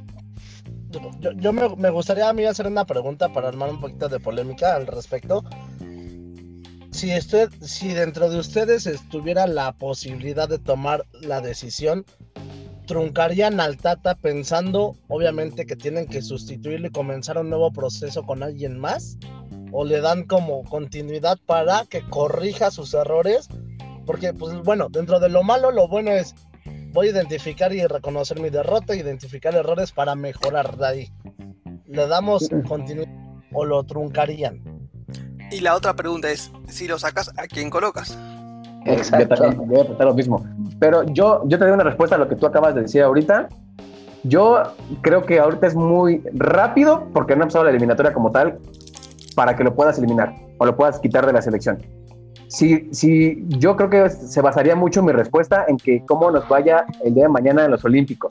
Yo, yo me, me gustaría a mí hacer una pregunta para armar un poquito de polémica al respecto. Si, usted, si dentro de ustedes estuviera la posibilidad de tomar la decisión, ¿truncarían al Tata pensando, obviamente, que tienen que sustituirlo y comenzar un nuevo proceso con alguien más? ¿O le dan como continuidad para que corrija sus errores? Porque, pues bueno, dentro de lo malo, lo bueno es, voy a identificar y reconocer mi derrota, identificar errores para mejorar de ahí. ¿Le damos continuidad o lo truncarían?
Y la otra pregunta es, si lo sacas, ¿a quién colocas?
Yo también voy a preguntar lo mismo. Pero yo, yo te doy una respuesta a lo que tú acabas de decir ahorita. Yo creo que ahorita es muy rápido, porque no ha empezado la eliminatoria como tal, para que lo puedas eliminar o lo puedas quitar de la selección. Si, si, yo creo que se basaría mucho mi respuesta en que cómo nos vaya el día de mañana en los Olímpicos.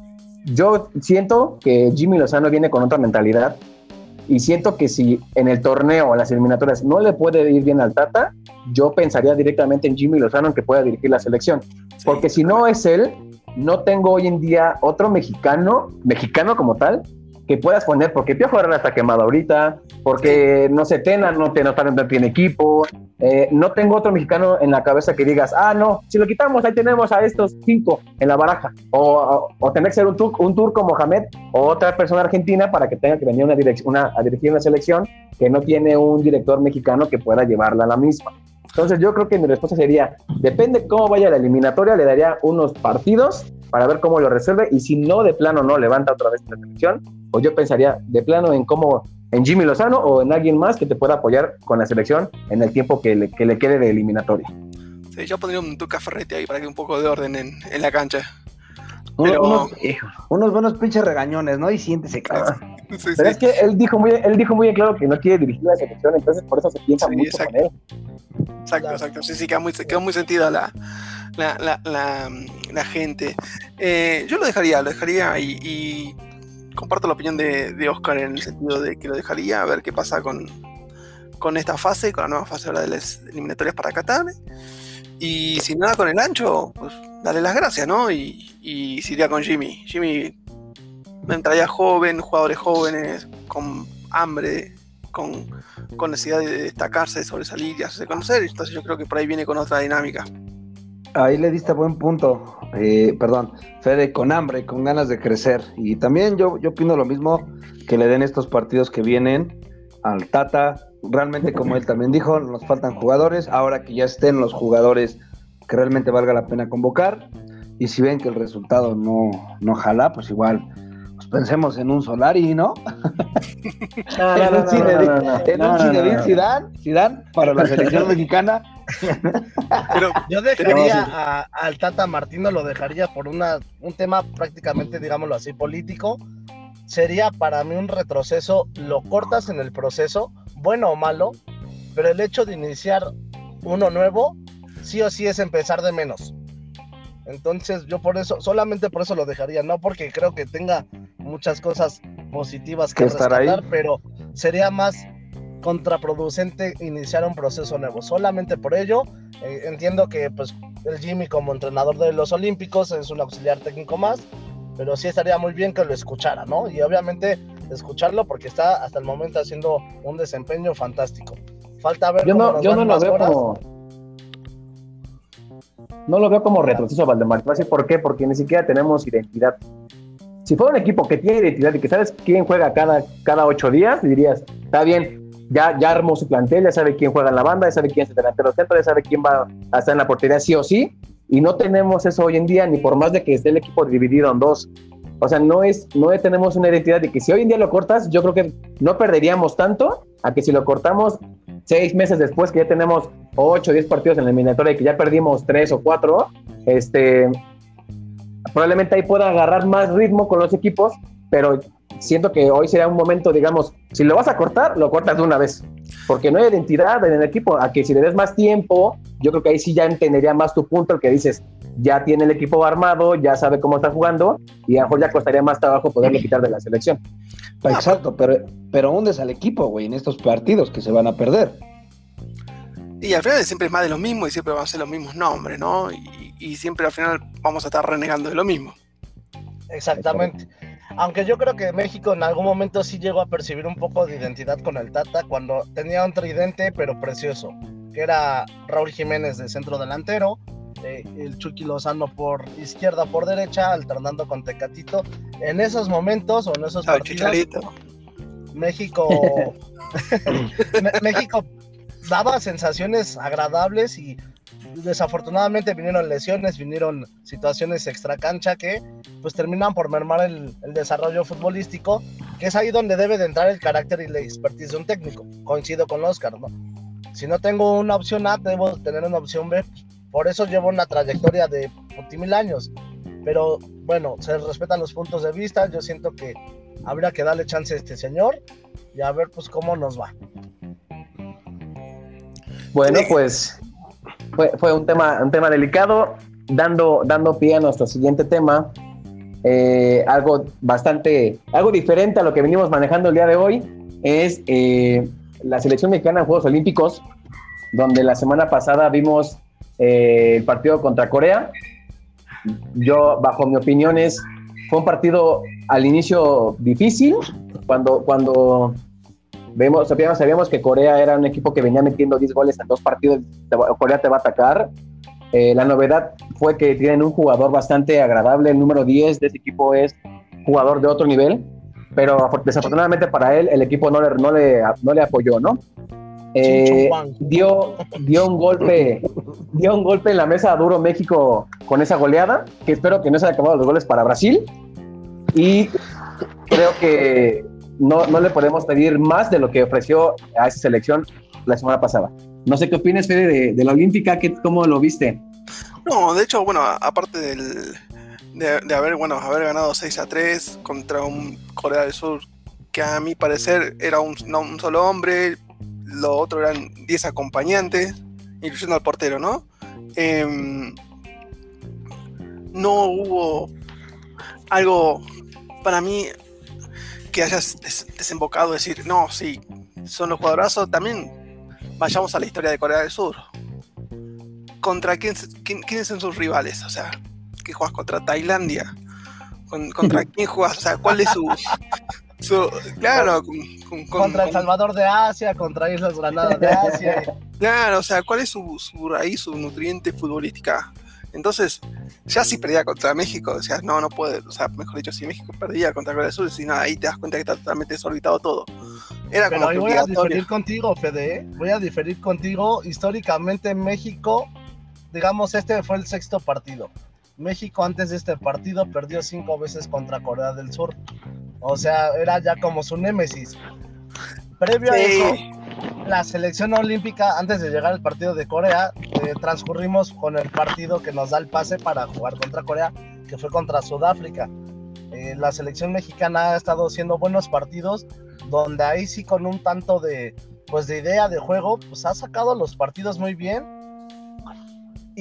Yo siento que Jimmy Lozano viene con otra mentalidad y siento que si en el torneo o en las eliminatorias no le puede ir bien al Tata, yo pensaría directamente en Jimmy Lozano en que pueda dirigir la selección. Porque si no es él, no tengo hoy en día otro mexicano, mexicano como tal, que puedas poner, porque Piojo Herrera está quemado ahorita, porque no sé, Tena no, te, no, está, no tiene equipo, eh, no tengo otro mexicano en la cabeza que digas, ah, no, si lo quitamos, ahí tenemos a estos cinco en la baraja, o, o, o tener que ser un, tur, un turco Mohamed o otra persona argentina para que tenga que venir una direc- una, a dirigir una selección que no tiene un director mexicano que pueda llevarla a la misma. Entonces yo creo que mi respuesta sería, depende cómo vaya la eliminatoria, le daría unos partidos para ver cómo lo resuelve, y si no, de plano no levanta otra vez la selección, pues yo pensaría de plano en cómo, en Jimmy Lozano o en alguien más que te pueda apoyar con la selección en el tiempo que le, que le quede de eliminatoria.
Sí, yo pondría un Tuca Ferretti ahí para que un poco de orden en, en la cancha.
Uno-
Pero-
unos, unos buenos pinches regañones, ¿no? Y siéntese, cabrón.
Sí,
Pero
sí.
es que él dijo muy, él dijo muy claro que no quiere dirigir la selección, entonces por eso se piensa
Sí,
mucho
exacto.
con él.
Exacto, exacto. Sí, sí, queda muy, quedó muy sentida la, la, la, la, la gente. Eh, yo lo dejaría, lo dejaría y, y comparto la opinión de, de Oscar en el sentido de que lo dejaría a ver qué pasa con, con esta fase, con la nueva fase ahora de las eliminatorias para Qatar. Y si nada con el ancho, pues dale las gracias, ¿no? Y, y se iría con Jimmy. Jimmy entraría joven, jugadores jóvenes, con hambre, con, con necesidad de destacarse, de sobresalir y hacerse conocer. Entonces yo creo que por ahí viene con otra dinámica.
Ahí le diste buen punto, eh, perdón, Fede, con hambre, con ganas de crecer. Y también yo, yo opino lo mismo, que le den estos partidos que vienen al Tata. Realmente, como él también dijo, nos faltan jugadores. Ahora que ya estén los jugadores que realmente valga la pena convocar. Y si ven que el resultado no, no jala, pues igual, pues pensemos en un Solari, ¿no?
No,
En
no,
un
no,
Zinedine-
no, no, no,
en
no,
un
no,
Zinedine
no, no.
Zidane, Zidane para la selección mexicana.
Pero
Yo dejaría
No, sí.
a, al Tata Martino, lo dejaría por una, un tema prácticamente, digámoslo así, político. Sería para mí un retroceso, lo cortas en el proceso, bueno o malo, pero el hecho de iniciar uno nuevo, sí o sí es empezar de menos. Entonces yo por eso, solamente por eso lo dejaría, no porque creo que tenga muchas cosas positivas que,
Que estar ahí.
rescatar, pero sería más contraproducente iniciar un proceso nuevo. Solamente por ello, eh, entiendo que pues el Jimmy como entrenador de los Olímpicos es un auxiliar técnico más, pero sí estaría muy bien que lo escuchara, ¿no? Y obviamente escucharlo porque está hasta el momento haciendo un desempeño fantástico. Falta ver
Yo
cómo
no,
nos
yo
van
no lo
más
veo
horas.
como. No lo veo como retroceso, Valdemar. ¿Sabes por qué? Porque ni siquiera tenemos identidad. Si fuera un equipo que tiene identidad y que sabes quién juega cada, cada ocho días, dirías, está bien, ya, ya armó su plantel, ya sabe quién juega en la banda, ya sabe quién es el delantero centro, ya sabe quién va a estar en la portería sí o sí, y no tenemos eso hoy en día, ni por más de que esté el equipo dividido en dos. O sea, no es, no tenemos una identidad de que si hoy en día lo cortas, yo creo que no perderíamos tanto a que si lo cortamos seis meses después que ya tenemos ocho o diez partidos en la eliminatoria y que ya perdimos tres o cuatro, este, probablemente ahí pueda agarrar más ritmo con los equipos, pero siento que hoy sería un momento, digamos, si lo vas a cortar, lo cortas de una vez, porque no hay identidad en el equipo, a que si le des más tiempo, yo creo que ahí sí ya entendería más tu punto, el que dices, ya tiene el equipo armado, ya sabe cómo está jugando, y a lo mejor ya costaría más trabajo poderlo quitar de la selección.
Exacto, pero, pero hundes al equipo, güey, en estos partidos que se van a perder.
Y al final siempre es más de lo mismo y siempre van a ser los mismos nombres, ¿no? Y, y siempre al final vamos a estar renegando de lo mismo.
Exactamente. Aunque yo creo que México en algún momento sí llegó a percibir un poco de identidad con el Tata cuando tenía un tridente pero precioso, que era Raúl Jiménez de centro delantero, eh, el Chucky Lozano por izquierda por derecha, alternando con Tecatito. En esos momentos o en esos
Ah,
partidos,
Chicharito.
México México daba sensaciones agradables y desafortunadamente vinieron lesiones, vinieron situaciones extracancha que pues terminan por mermar el, el desarrollo futbolístico, que es ahí donde debe de entrar el carácter y la expertise de un técnico. Coincido con Oscar, ¿no? Si no tengo una opción A, debo tener una opción B. Por eso llevo una trayectoria de mil años. Pero bueno, se respetan los puntos de vista. Yo siento que habría que darle chance a este señor y a ver pues cómo nos va.
Bueno, pues fue, fue un tema, un tema delicado, dando, dando pie a nuestro siguiente tema, eh, algo bastante, algo diferente a lo que venimos manejando el día de hoy, es eh, la selección mexicana en Juegos Olímpicos, donde la semana pasada vimos eh, el partido contra Corea. Yo, bajo mi opinión, es, fue un partido al inicio difícil, cuando... cuando Vemos, sabíamos, sabíamos que Corea era un equipo que venía metiendo diez goles en dos partidos. Corea te va a atacar. Eh, la novedad fue que tienen un jugador bastante agradable. El número diez de ese equipo es jugador de otro nivel, pero desafortunadamente para él el equipo no le, no le, no le apoyó, ¿no? Eh, dio, dio un golpe dio un golpe en la mesa duro México con esa goleada, que espero que no se hayan acabado los goles para Brasil, y creo que No, no le podemos pedir más de lo que ofreció a esa selección la semana pasada. No sé qué opinas, Fede, de, de la Olímpica, ¿qué, ¿cómo lo viste?
No, de hecho, bueno, aparte del, de, de haber, bueno, haber ganado seis a tres contra un Corea del Sur que a mi parecer era un, no, un solo hombre, lo otro eran diez acompañantes, incluyendo al portero, ¿no? Eh, no hubo algo para mí que hayas des- desembocado decir, no, sí, son los jugadorazos. También vayamos a la historia de Corea del Sur. ¿Contra quién, quién, quiénes son sus rivales? O sea, ¿qué juegas contra Tailandia? ¿Con, ¿Contra quién juegas? O sea, ¿cuál es su... su claro, con, con, con,
contra El
con,
Salvador de Asia, contra Islas Granadas de Asia.
claro, o sea, ¿cuál es su, su raíz, su nutriente futbolística? Entonces, ya si perdía contra México, decías, no, no puede, o sea, mejor dicho, si México perdía contra Corea del Sur, si no, ahí te das cuenta que está totalmente desorbitado todo. Era
Pero
como
ahí
que
voy a
obligatorio.
diferir contigo, Fede, ¿eh? Voy a diferir contigo. Históricamente México, digamos, este fue el sexto partido. México antes de este partido perdió cinco veces contra Corea del Sur. O sea, era ya como su némesis. Previo
Sí.
a eso, la selección olímpica, antes de llegar al partido de Corea, eh, transcurrimos con el partido que nos da el pase para jugar contra Corea, que fue contra Sudáfrica. Eh, la selección mexicana ha estado haciendo buenos partidos, donde ahí sí con un tanto de, pues, de idea de juego, pues ha sacado los partidos muy bien.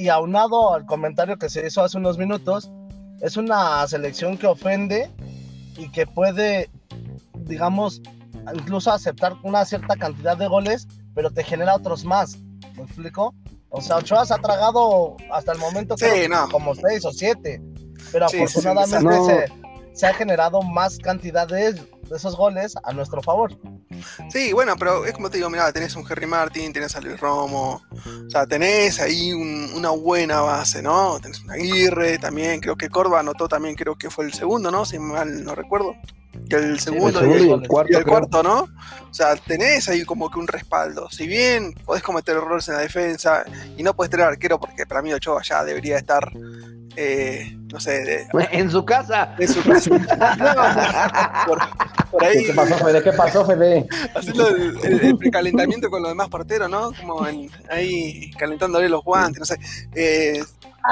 y aunado al comentario que se hizo hace unos minutos, es una selección que ofende y que puede, digamos, incluso aceptar una cierta cantidad de goles, pero te genera otros más. ¿Me explico? O sea, Ochoa se ha tragado hasta el momento
Sí,
creo,
no.
como seis o siete, pero
Sí,
afortunadamente
sí, no.
se, se ha generado más cantidad de, de esos goles a nuestro favor.
Sí, bueno, pero es como te digo, mirá, tenés un Henry Martin, tenés a Luis Romo, o sea, tenés ahí un- una buena base, ¿no? Tenés un Aguirre también, creo que Córdoba anotó también, creo que fue el segundo, ¿no? Si mal no recuerdo. Y el
El
segundo,
segundo
y,
y
el,
el cuarto,
y el
creo.
cuarto, ¿no? O sea, tenés ahí como que un respaldo. Si bien podés cometer errores en la defensa y no podés tener arquero, porque para mí Ochoa ya debería estar, eh, no sé, de,
En su casa.
en su casa. No, por, por ahí.
¿Qué pasó, Fede? ¿Qué pasó, Fede?
Haciendo el, el- el precalentamiento con los demás porteros, ¿no? Como en- ahí calentándole los guantes, no sé. Eh,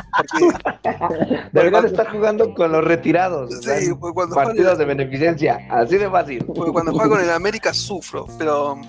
porque,
Deberían
cuando-
estar jugando con los retirados. o sea,
sí,
en
porque cuando,
partidos
juega,
de beneficencia. Así de fácil.
porque cuando juega con el América sufro, pero,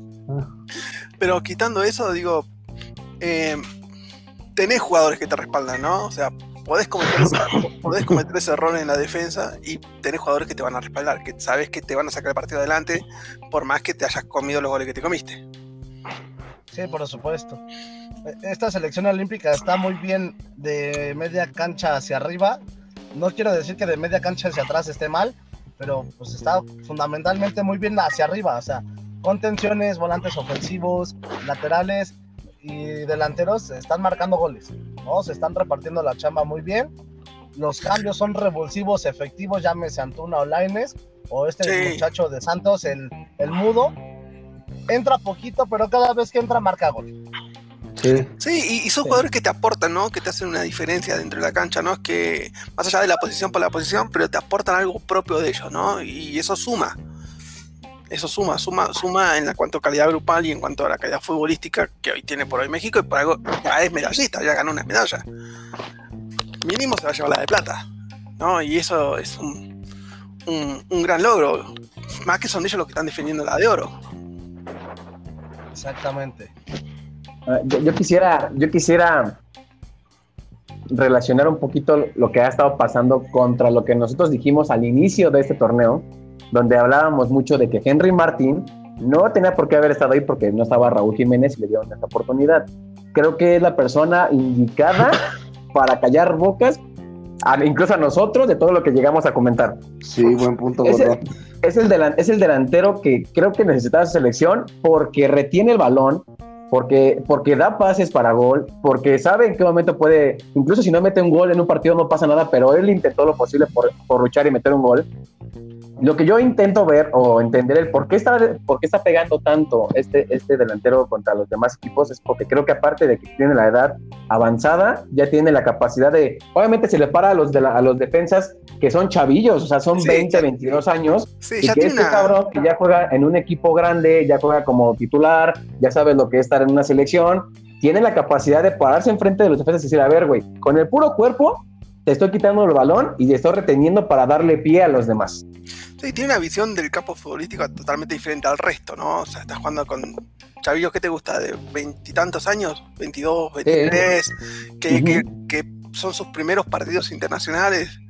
pero quitando eso, digo, eh, tenés jugadores que te respaldan, ¿no? O sea, podés cometer, ese- podés cometer ese error en la defensa y tenés jugadores que te van a respaldar, que sabes que te van a sacar el partido adelante, por más que te hayas comido los goles que te comiste.
Sí, por supuesto. Esta selección olímpica está muy bien de media cancha hacia arriba. No quiero decir que de media cancha hacia atrás esté mal, pero pues está fundamentalmente muy bien hacia arriba. O sea, contenciones, volantes ofensivos, laterales y delanteros están marcando goles, ¿no? Se están repartiendo la chamba muy bien. Los cambios son revulsivos, efectivos, llámese Antuna o Lainez, o este
Sí.
muchacho de Santos, el, el mudo. Entra poquito, pero cada vez que entra marca gol.
Sí.
Sí, y, y son
Sí.
jugadores que te aportan, ¿no? Que te hacen una diferencia dentro de la cancha, ¿no? Es que más allá de la posición por la posición, pero te aportan algo propio de ellos, ¿no? Y eso suma. Eso suma, suma, suma en la cuanto a calidad grupal y en cuanto a la calidad futbolística que hoy tiene por hoy México, y por algo ya es medallista, ya ganó una medalla. Mínimo se va a llevar la de plata, ¿no? Y eso es un, un, un gran logro. Más que son ellos los que están defendiendo la de oro.
Exactamente.
Ah, Yo, yo quisiera, yo quisiera relacionar un poquito lo que ha estado pasando contra lo que nosotros dijimos al inicio de este torneo, donde hablábamos mucho de que Henry Martin no tenía por qué haber estado ahí porque no estaba Raúl Jiménez y le dieron esta oportunidad. Creo que es la persona indicada para callar bocas, a, incluso a nosotros, de todo lo que llegamos a comentar.
Sí, buen punto,
Es
gordo.
el, es, el delan- es el delantero que creo que necesitaba su selección porque retiene el balón, porque, porque da pases para gol, porque sabe en qué momento puede, incluso si no mete un gol en un partido no pasa nada, pero él intentó lo posible por, por luchar y meter un gol. Lo que yo intento ver o entender el por qué está, por qué está pegando tanto este, este delantero contra los demás equipos es porque creo que aparte de que tiene la edad avanzada, ya tiene la capacidad de, obviamente se le para a los, de la, a los defensas que son chavillos, o sea, son
Sí,
veinte,
ya-
veintidós años,
Sí,
y
ya
que
tiene
este
una...
cabrón que ya juega en un equipo grande, ya juega como titular, ya sabe lo que es estar en una selección, tiene la capacidad de pararse enfrente de los defensas y decir, a ver, güey, con el puro cuerpo te estoy quitando el balón y te estoy reteniendo para darle pie a los demás.
Sí, tiene una visión del campo futbolístico totalmente diferente al resto, ¿no? O sea, estás jugando con chavillos, ¿qué te gusta? ¿De veintitantos años? ¿veintidós, veintitrés? Que,
Ujú.
que, que son sus primeros partidos internacionales.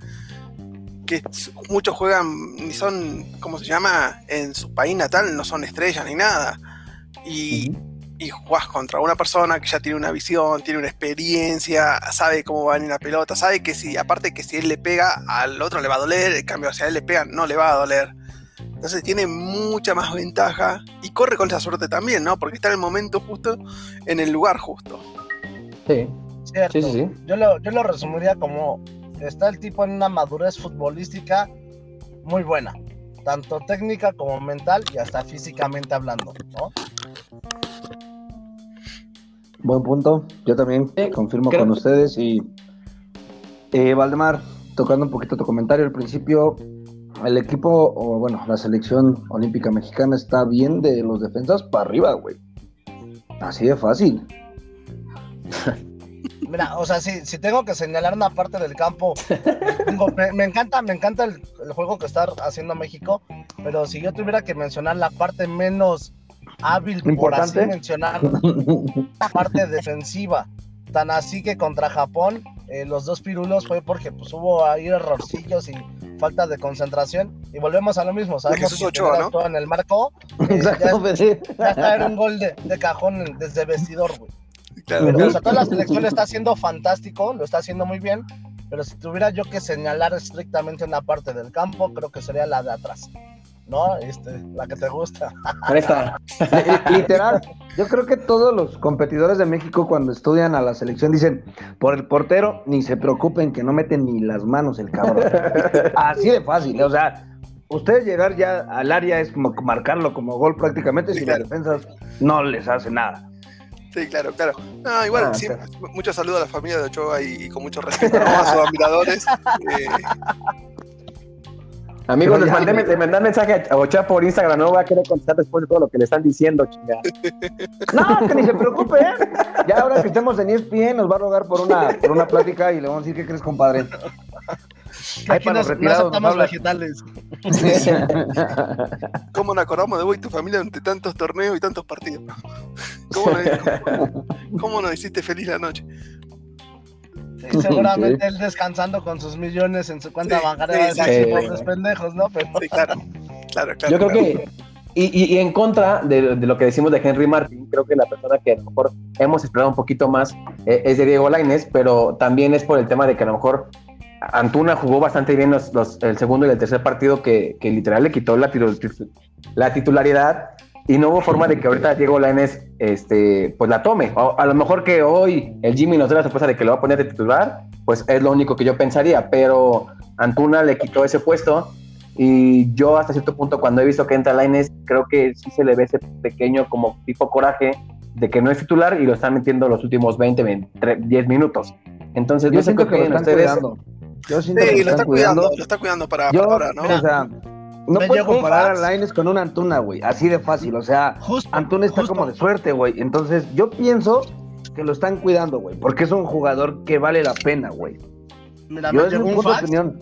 Que muchos juegan, ni son, ¿cómo se llama? En su país natal, no son estrellas ni nada. Y,
Ujú.
y jugás contra una persona que ya tiene una visión, tiene una experiencia, sabe cómo va a venir la pelota, sabe que si, aparte que si él le pega, al otro le va a doler, en cambio si a él le pega, no le va a doler. Entonces tiene mucha más ventaja y corre con esa suerte también, ¿no? Porque está en el momento justo, en el lugar justo.
Sí,
Cierto.
sí, sí, sí.
Yo lo, yo lo resumiría como está el tipo en una madurez futbolística muy buena, tanto técnica como mental y hasta físicamente hablando, ¿no?
Buen punto. Yo también
Sí,
confirmo
creo-
con ustedes. Y eh, Valdemar, tocando un poquito tu comentario al principio, el equipo, o bueno, la selección olímpica mexicana está bien de los defensas para arriba, güey. Así de fácil.
Mira, o sea, si, si tengo que señalar una parte del campo, digo, me, me encanta, me encanta el, el juego que está haciendo México, pero si yo tuviera que mencionar la parte menos hábil, por así
¿Importante?
mencionar, la parte defensiva tan así que contra Japón, eh, los dos pirulos fue porque pues hubo ahí errorcillos y falta de concentración, y volvemos a lo mismo, sabemos que
Ochoa, ¿no?
todo en el marco, eh,
Exacto,
ya,
sí.
ya está, era un gol de, de cajón desde vestidor, güey.
Claro,
Pero,
claro.
o sea, toda la selección lo está haciendo fantástico, lo está haciendo muy bien, pero si tuviera yo que señalar estrictamente una parte del campo, creo que sería la de atrás, ¿no? Este, la que te gusta.
Presta.
Literal, yo creo que todos los competidores de México cuando estudian a la selección dicen, por el portero ni se preocupen que no meten ni las manos el cabrón. Así de fácil, o sea, ustedes llegar ya al área es como marcarlo como gol prácticamente,
Sí,
si
claro.
las defensas no les hace nada.
Sí, claro, claro. No, igual,
Ah,
sí,
claro.
mucho saludo a la familia de Ochoa y, y con mucho respeto, ¿no? A sus admiradores. Eh,
Amigos,
Pero
les
ya,
mandé,
güey.
le mandé mensaje a Ochoa por Instagram, no va a querer contestar después de todo lo que le están diciendo, chingada.
No, que ni se preocupe, ¿eh? Ya ahora que estemos en E S P N nos va a rogar por una, por una plática y le vamos a decir, ¿qué crees, compadre? Ahí
Aquí
para
nos,
los
no
retirados nos
aceptamos
habla.
vegetales.
¿Cómo nos acordamos de vos y tu familia ante tantos torneos y tantos partidos? ¿Cómo nos, cómo, cómo nos hiciste feliz la noche?
Sí, seguramente él descansando con sus millones en su cuenta
Sí,
bancaria
sí,
va a decir,
sí,
"Sí,
sí.
pobres pendejos, ¿no?" Pero
Sí, claro. Claro, claro.
Yo creo
claro.
que, y, y, y en contra de, de lo que decimos de Henry Martin, creo que la persona que a lo mejor hemos esperado un poquito más eh, es de Diego Lainez, pero también es por el tema de que a lo mejor Antuna jugó bastante bien los, los, el segundo y el tercer partido que, que literal le quitó la, la titularidad y no hubo forma de que ahorita Diego Lainez este, pues la tome. O, a lo mejor que hoy el Jimmy nos dé la sorpresa de que lo va a poner de titular, pues es lo único que yo pensaría, pero Antuna le quitó ese puesto y yo hasta cierto punto cuando he visto que entra Lainez creo que sí se le ve ese pequeño como tipo coraje de que no es titular y lo están metiendo los últimos veinte, veinte, diez minutos. Entonces
Yo
no sé
siento
qué
que lo
opinan
están
ustedes.
cuidando. Yo siento que
Sí,
lo
lo está
están
cuidando,
cuidando.
lo está cuidando para,
Yo,
para ahora, ¿no?
o sea, no
Me
puedes
llegó un
comparar
fax.
a Lainez con un Antuna, güey, así de fácil, o sea,
justo,
Antuna está
justo.
como de suerte, güey, entonces yo pienso que lo están cuidando, güey, porque es un jugador que vale la pena, güey.
Mira,
Yo
me
es
llegó
mi
un
punto de
fax
opinión.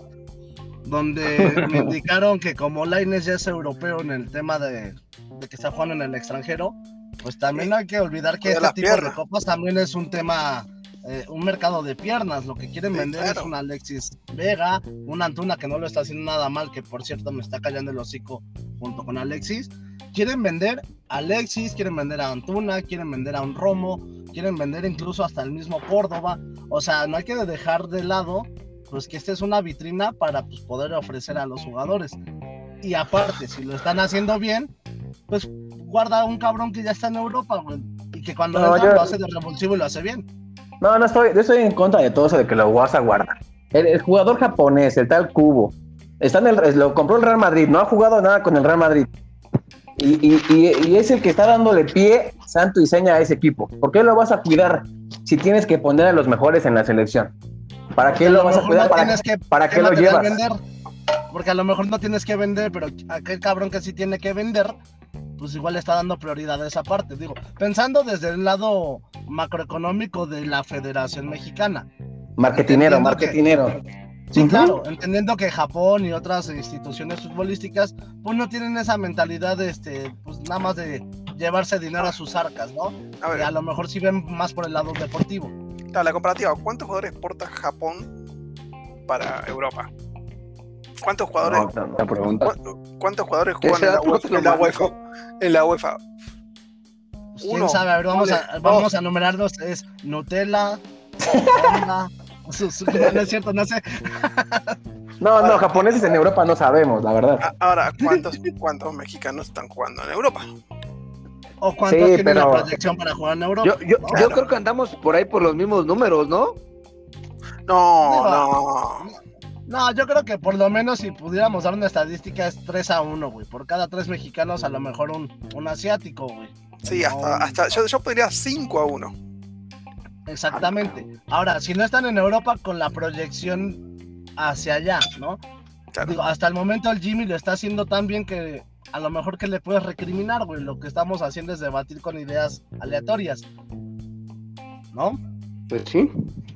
donde me indicaron que como Lainez ya es europeo en el tema de, de que está jugando en el extranjero, pues también
Sí.
hay que olvidar que
Cuida
este
las
tipo
piernas.
de copas también es un tema, eh, un mercado de piernas. Lo que quieren
Sí,
vender
claro.
es un Alexis Vega, un Antuna que no lo está haciendo nada mal, que por cierto me está callando el hocico junto con Alexis. Quieren vender a Alexis, quieren vender a Antuna, quieren vender a un Romo, quieren vender incluso hasta el mismo Córdoba. O sea, no hay que dejar de lado pues que esta es una vitrina para pues, poder ofrecer a los jugadores. Y aparte, si lo están haciendo bien, pues guarda un cabrón que ya está en Europa, güey, y que cuando
No,
entra
yo-
lo hace de revulsivo y lo hace bien.
No, no estoy, yo estoy en contra de todo eso de que lo vas a guardar. El, el jugador japonés, el tal Kubo, está en el, lo compró el Real Madrid, no ha jugado nada con el Real Madrid. Y, y, y, y es el que está dándole pie, santo y seña a ese equipo. ¿Por qué lo vas a cuidar si tienes que poner a los mejores en la selección? ¿Para qué
Porque
lo
a
vas a
mejor
cuidar?
no
¿Para,
tienes que-
¿para qué lo
material
llevas?
vender, porque a lo mejor no tienes que vender, pero aquel cabrón que sí tiene que vender, pues igual le está dando prioridad a esa parte. Digo, pensando desde el lado macroeconómico de la Federación Mexicana.
Marketinero,
Entendiendo que-
marketinero.
Sí,
Ujú.
claro, entendiendo que Japón y otras instituciones futbolísticas pues no tienen esa mentalidad de este, pues nada más de llevarse dinero a sus arcas, ¿no?
A
Que
ver,
a lo mejor sí ven más por el lado deportivo.
claro, la comparativa, ¿cuántos jugadores exporta Japón para Europa? ¿Cuántos jugadores,
No, no,
La pregunta.
cu- ¿cuántos jugadores
Ese
juegan en la,
dato
UEFA,
te lo
en la
manejo.
UEFA? En la UEFA.
Pues, quién
Uno,
sabe, a ver, vamos a,
doble,
vamos
dos.
a numerarlos, es Nutella, Honda, su- su- no es cierto, no sé,
no, no, japoneses en Europa no sabemos, la verdad.
A- Ahora, ¿cuántos, ¿cuántos mexicanos están jugando en Europa?
o cuántos
Sí,
tienen
pero-
la proyección para jugar en Europa.
Yo, yo,
¿no?
yo creo que andamos por ahí por los mismos números, ¿no?
No,
Digo,
no.
No, yo creo que por lo menos si pudiéramos dar una estadística es tres a uno, güey. Por cada tres mexicanos a lo mejor un, un asiático, güey.
Sí,
No,
hasta, hasta yo, yo podría cinco a uno.
Exactamente. Ahora, si no están en Europa con la proyección hacia allá, ¿no?
Claro.
Digo, hasta el momento el Jimmy lo está haciendo tan bien que a lo mejor que le puedes recriminar, güey. Lo que estamos haciendo es debatir con ideas aleatorias, ¿no?
Pues sí.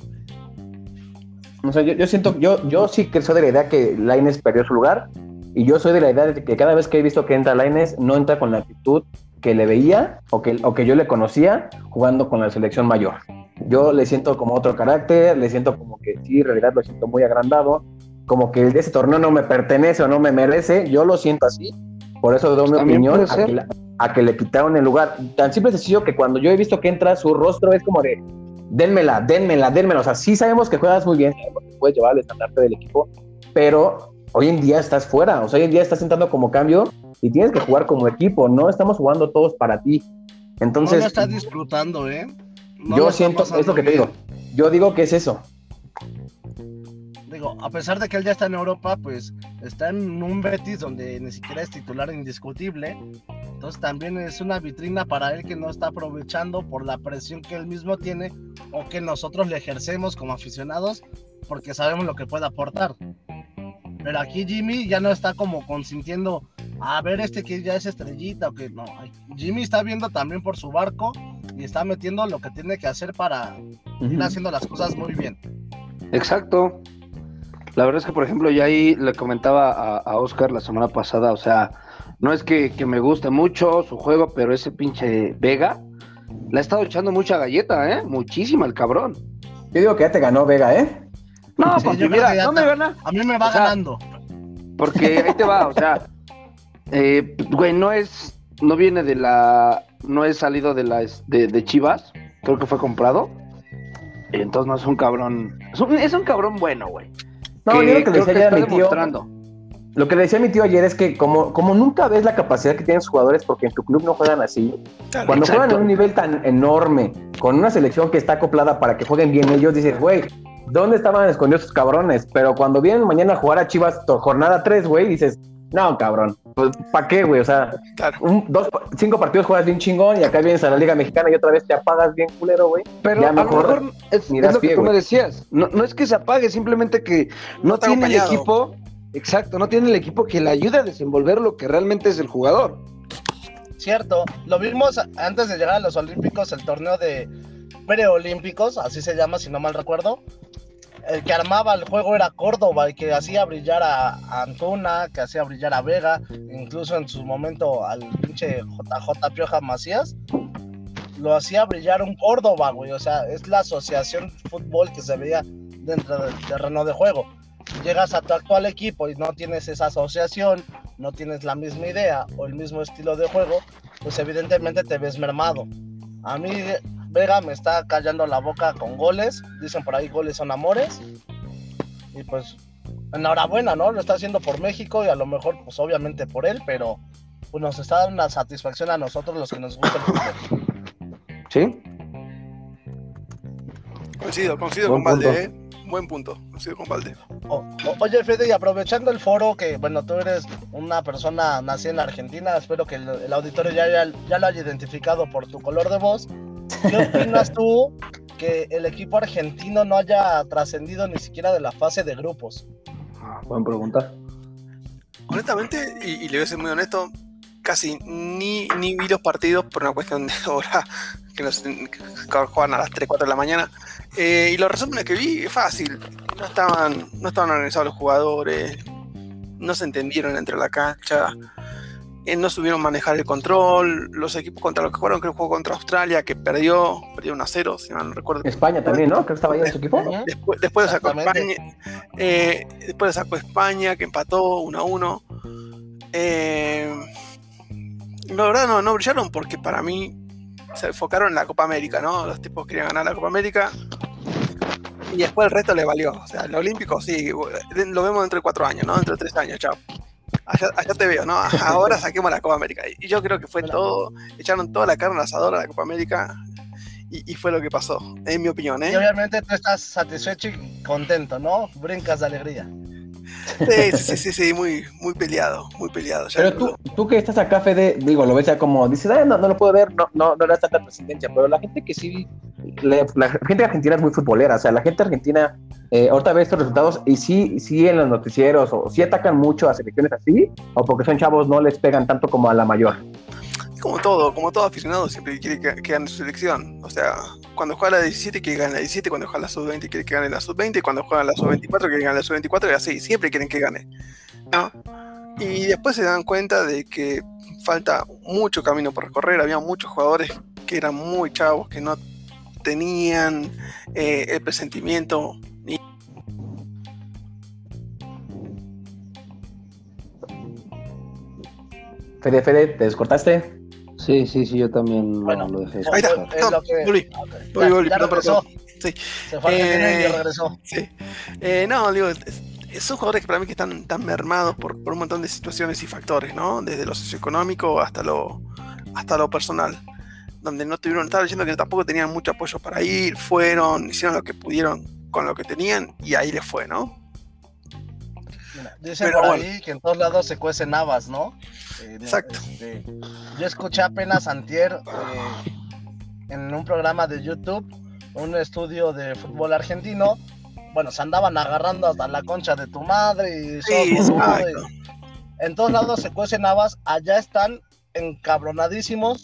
O sea, yo, yo siento, yo, yo sí que soy de la idea que Lainez perdió su lugar y yo soy de la idea de que cada vez que he visto que entra Lainez no entra con la actitud que le veía o que, o que yo le conocía jugando con la selección mayor. Yo le siento como otro carácter, le siento como que sí, en realidad lo siento muy agrandado, como que ese torneo no me pertenece o no me merece, yo lo siento así, por eso doy mi opinión a que, la, a que le quitaron el lugar. Tan simple y sencillo que cuando yo he visto que entra, su rostro es como de, dénmela, dénmela, dénmela, o sea, sí sabemos que juegas muy bien, sabemos que puedes llevar el estandarte del equipo, pero hoy en día estás fuera, o sea, hoy en día estás entrando como cambio y tienes que jugar como equipo, no estamos jugando todos para ti. Entonces,
no lo estás disfrutando, ¿eh? No
yo siento, es lo que te digo, yo digo que es eso.
Digo, a pesar de que él ya está en Europa, pues está en un Betis donde ni siquiera es titular indiscutible, entonces también es una vitrina para él que no está aprovechando por la presión que él mismo tiene o que nosotros le ejercemos como aficionados porque sabemos lo que puede aportar. Pero aquí Jimmy ya no está como consintiendo a ver este que ya es estrellita o que no. Jimmy está viendo también por su barco y está metiendo lo que tiene que hacer para uh-huh. ir haciendo las cosas muy bien.
Exacto. La verdad es que, por ejemplo, ya ahí le comentaba a, a Oscar la semana pasada, o sea, no es que, que me guste mucho su juego, pero ese pinche Vega le ha estado echando mucha galleta, ¿eh? Muchísima el cabrón.
Yo digo que ya te ganó Vega, ¿eh?
No,
sí,
porque mira, no me gana.
A mí me va
o sea,
ganando.
Porque ahí te va, o sea, eh, güey, no es, no viene de la, no es salido de la, de, de Chivas, creo que fue comprado. Entonces no es un cabrón, es un, es un cabrón bueno, güey.
No,
que
yo lo que le decía ayer a mi tío,
demostrando.
Lo que le decía a mi tío ayer es que como, como nunca ves la capacidad que tienen sus jugadores porque en tu club no juegan así, claro, cuando exacto. juegan en un nivel tan enorme, con una selección que está acoplada para que jueguen bien ellos, dices, güey, ¿dónde estaban escondidos sus cabrones? Pero cuando vienen mañana a jugar a Chivas jornada tres, güey, dices, no, cabrón, pues ¿para qué, güey? O sea, claro. un, dos, cinco partidos juegas bien chingón y acá vienes a la Liga Mexicana y otra vez te apagas bien culero, güey.
Pero ya mejor, a lo mejor es, es lo pie, que tú güey. me decías, no, no es que se apague, simplemente que no, no tiene el equipo, exacto, no tiene el equipo que le ayude a desenvolver lo que realmente es el jugador.
Cierto, lo vimos antes de llegar a los Olímpicos, el torneo de preolímpicos, así se llama si no mal recuerdo. El que armaba el juego era Córdoba, el que hacía brillar a, a Antuna, que hacía brillar a Vega, incluso en su momento al pinche J J Pioja Macías, lo hacía brillar un Córdoba, güey, o sea, es la asociación fútbol que se veía dentro del terreno de juego. Llegas a tu actual equipo y no tienes esa asociación, no tienes la misma idea o el mismo estilo de juego, pues evidentemente te ves mermado. A mí Vega me está callando la boca con goles, dicen por ahí goles son amores, y pues enhorabuena, ¿no? Lo está haciendo por México y a lo mejor pues obviamente por él, pero pues nos está dando una satisfacción a nosotros los que nos gusta el fútbol.
¿Sí?
Coincido, coincido con Valde, ¿eh? Buen punto, coincido con Valde.
O, o, oye Fede, y aprovechando el foro, que bueno, tú eres una persona nacida en Argentina, espero que el, el auditorio ya, ya, ya lo haya identificado por tu color de voz. ¿Qué opinas tú que el equipo argentino no haya trascendido ni siquiera de la fase de grupos?
Ah, buena pregunta.
Honestamente, y, y le voy a ser muy honesto, casi ni, ni vi los partidos por una cuestión de hora, que, nos, que juegan a las tres, cuatro de la mañana. Eh, y los resúmenes que vi es fácil. No estaban, no estaban organizados los jugadores, no se entendieron entre la cancha. Eh, no supieron manejar el control. Los equipos contra los que jugaron, creo que jugó contra Australia, que perdió, perdió uno a cero, si mal no recuerdo.
España también, ¿no? Creo que estaba ahí en su equipo.
Después, después le sacó España, eh, después le sacó España, que empató uno a uno. Eh, la verdad no, no brillaron porque para mí se enfocaron en la Copa América, ¿no? Los tipos querían ganar la Copa América y después el resto les valió. O sea, el Olímpico sí, lo vemos dentro de cuatro años, ¿no? Dentro de tres años, chao. Allá, allá te veo, ¿no? Ahora saquemos la Copa América. Y yo creo que fue todo, echaron toda la carne al asador a la Copa América y, y fue lo que pasó, en mi opinión, ¿eh?
Y obviamente tú estás satisfecho y contento, ¿no? Brincas de alegría.
Sí, sí, sí, sí, muy, muy peleado, muy peleado. Ya
pero tú, tú que estás acá, Fede, digo, lo ves ya como, dices, ah, no, no lo puedo ver, no, no, no le das tanta trascendencia, pero la gente que sí, la, la gente argentina es muy futbolera, o sea, la gente argentina, eh, ahorita ve estos resultados y sí, sí en los noticieros, o sí atacan mucho a selecciones así, o porque son chavos no les pegan tanto como a la mayor.
Como todo, como todo aficionado siempre quiere que, que gane su selección, o sea, cuando juega la diecisiete quiere que gane la diecisiete, cuando juega la sub veinte quiere que gane la sub veinte, cuando juega la sub veinticuatro quiere que gane la sub veinticuatro y así, siempre quieren que gane, ¿no? Y después se dan cuenta de que falta mucho camino por recorrer, había muchos jugadores que eran muy chavos, que no tenían eh, el presentimiento. Y...
Fede, Fede, ¿te descortaste?
Sí, sí, sí, yo también
Bueno,
lo, lo dejé.
Ahí está.
Es
No,
lo que-
volví.
Ok,
Volví,
ya-
volví,
ya
perdón,
regresó.
perdón. Sí.
Se fue a Argentina y
Eh,
ya regresó.
Sí. Eh, no, digo, es- es- son jugadores que para mí que están, están mermados por, por un montón de situaciones y factores, ¿no? Desde lo socioeconómico hasta lo, hasta lo personal. Donde no tuvieron, estaba diciendo que tampoco tenían mucho apoyo para ir, fueron, hicieron lo que pudieron con lo que tenían y ahí les fue, ¿no?
Mira, dicen
Pero
por
bueno.
ahí que en todos lados se cuecen habas, ¿no? Eh,
Exacto.
este, yo escuché apenas antier eh, en un programa de YouTube un estudio de fútbol argentino. Bueno, se andaban agarrando hasta la concha de tu madre y
Sí,
sos boludo,
exacto.
y en todos lados se cuecen habas. Allá están encabronadísimos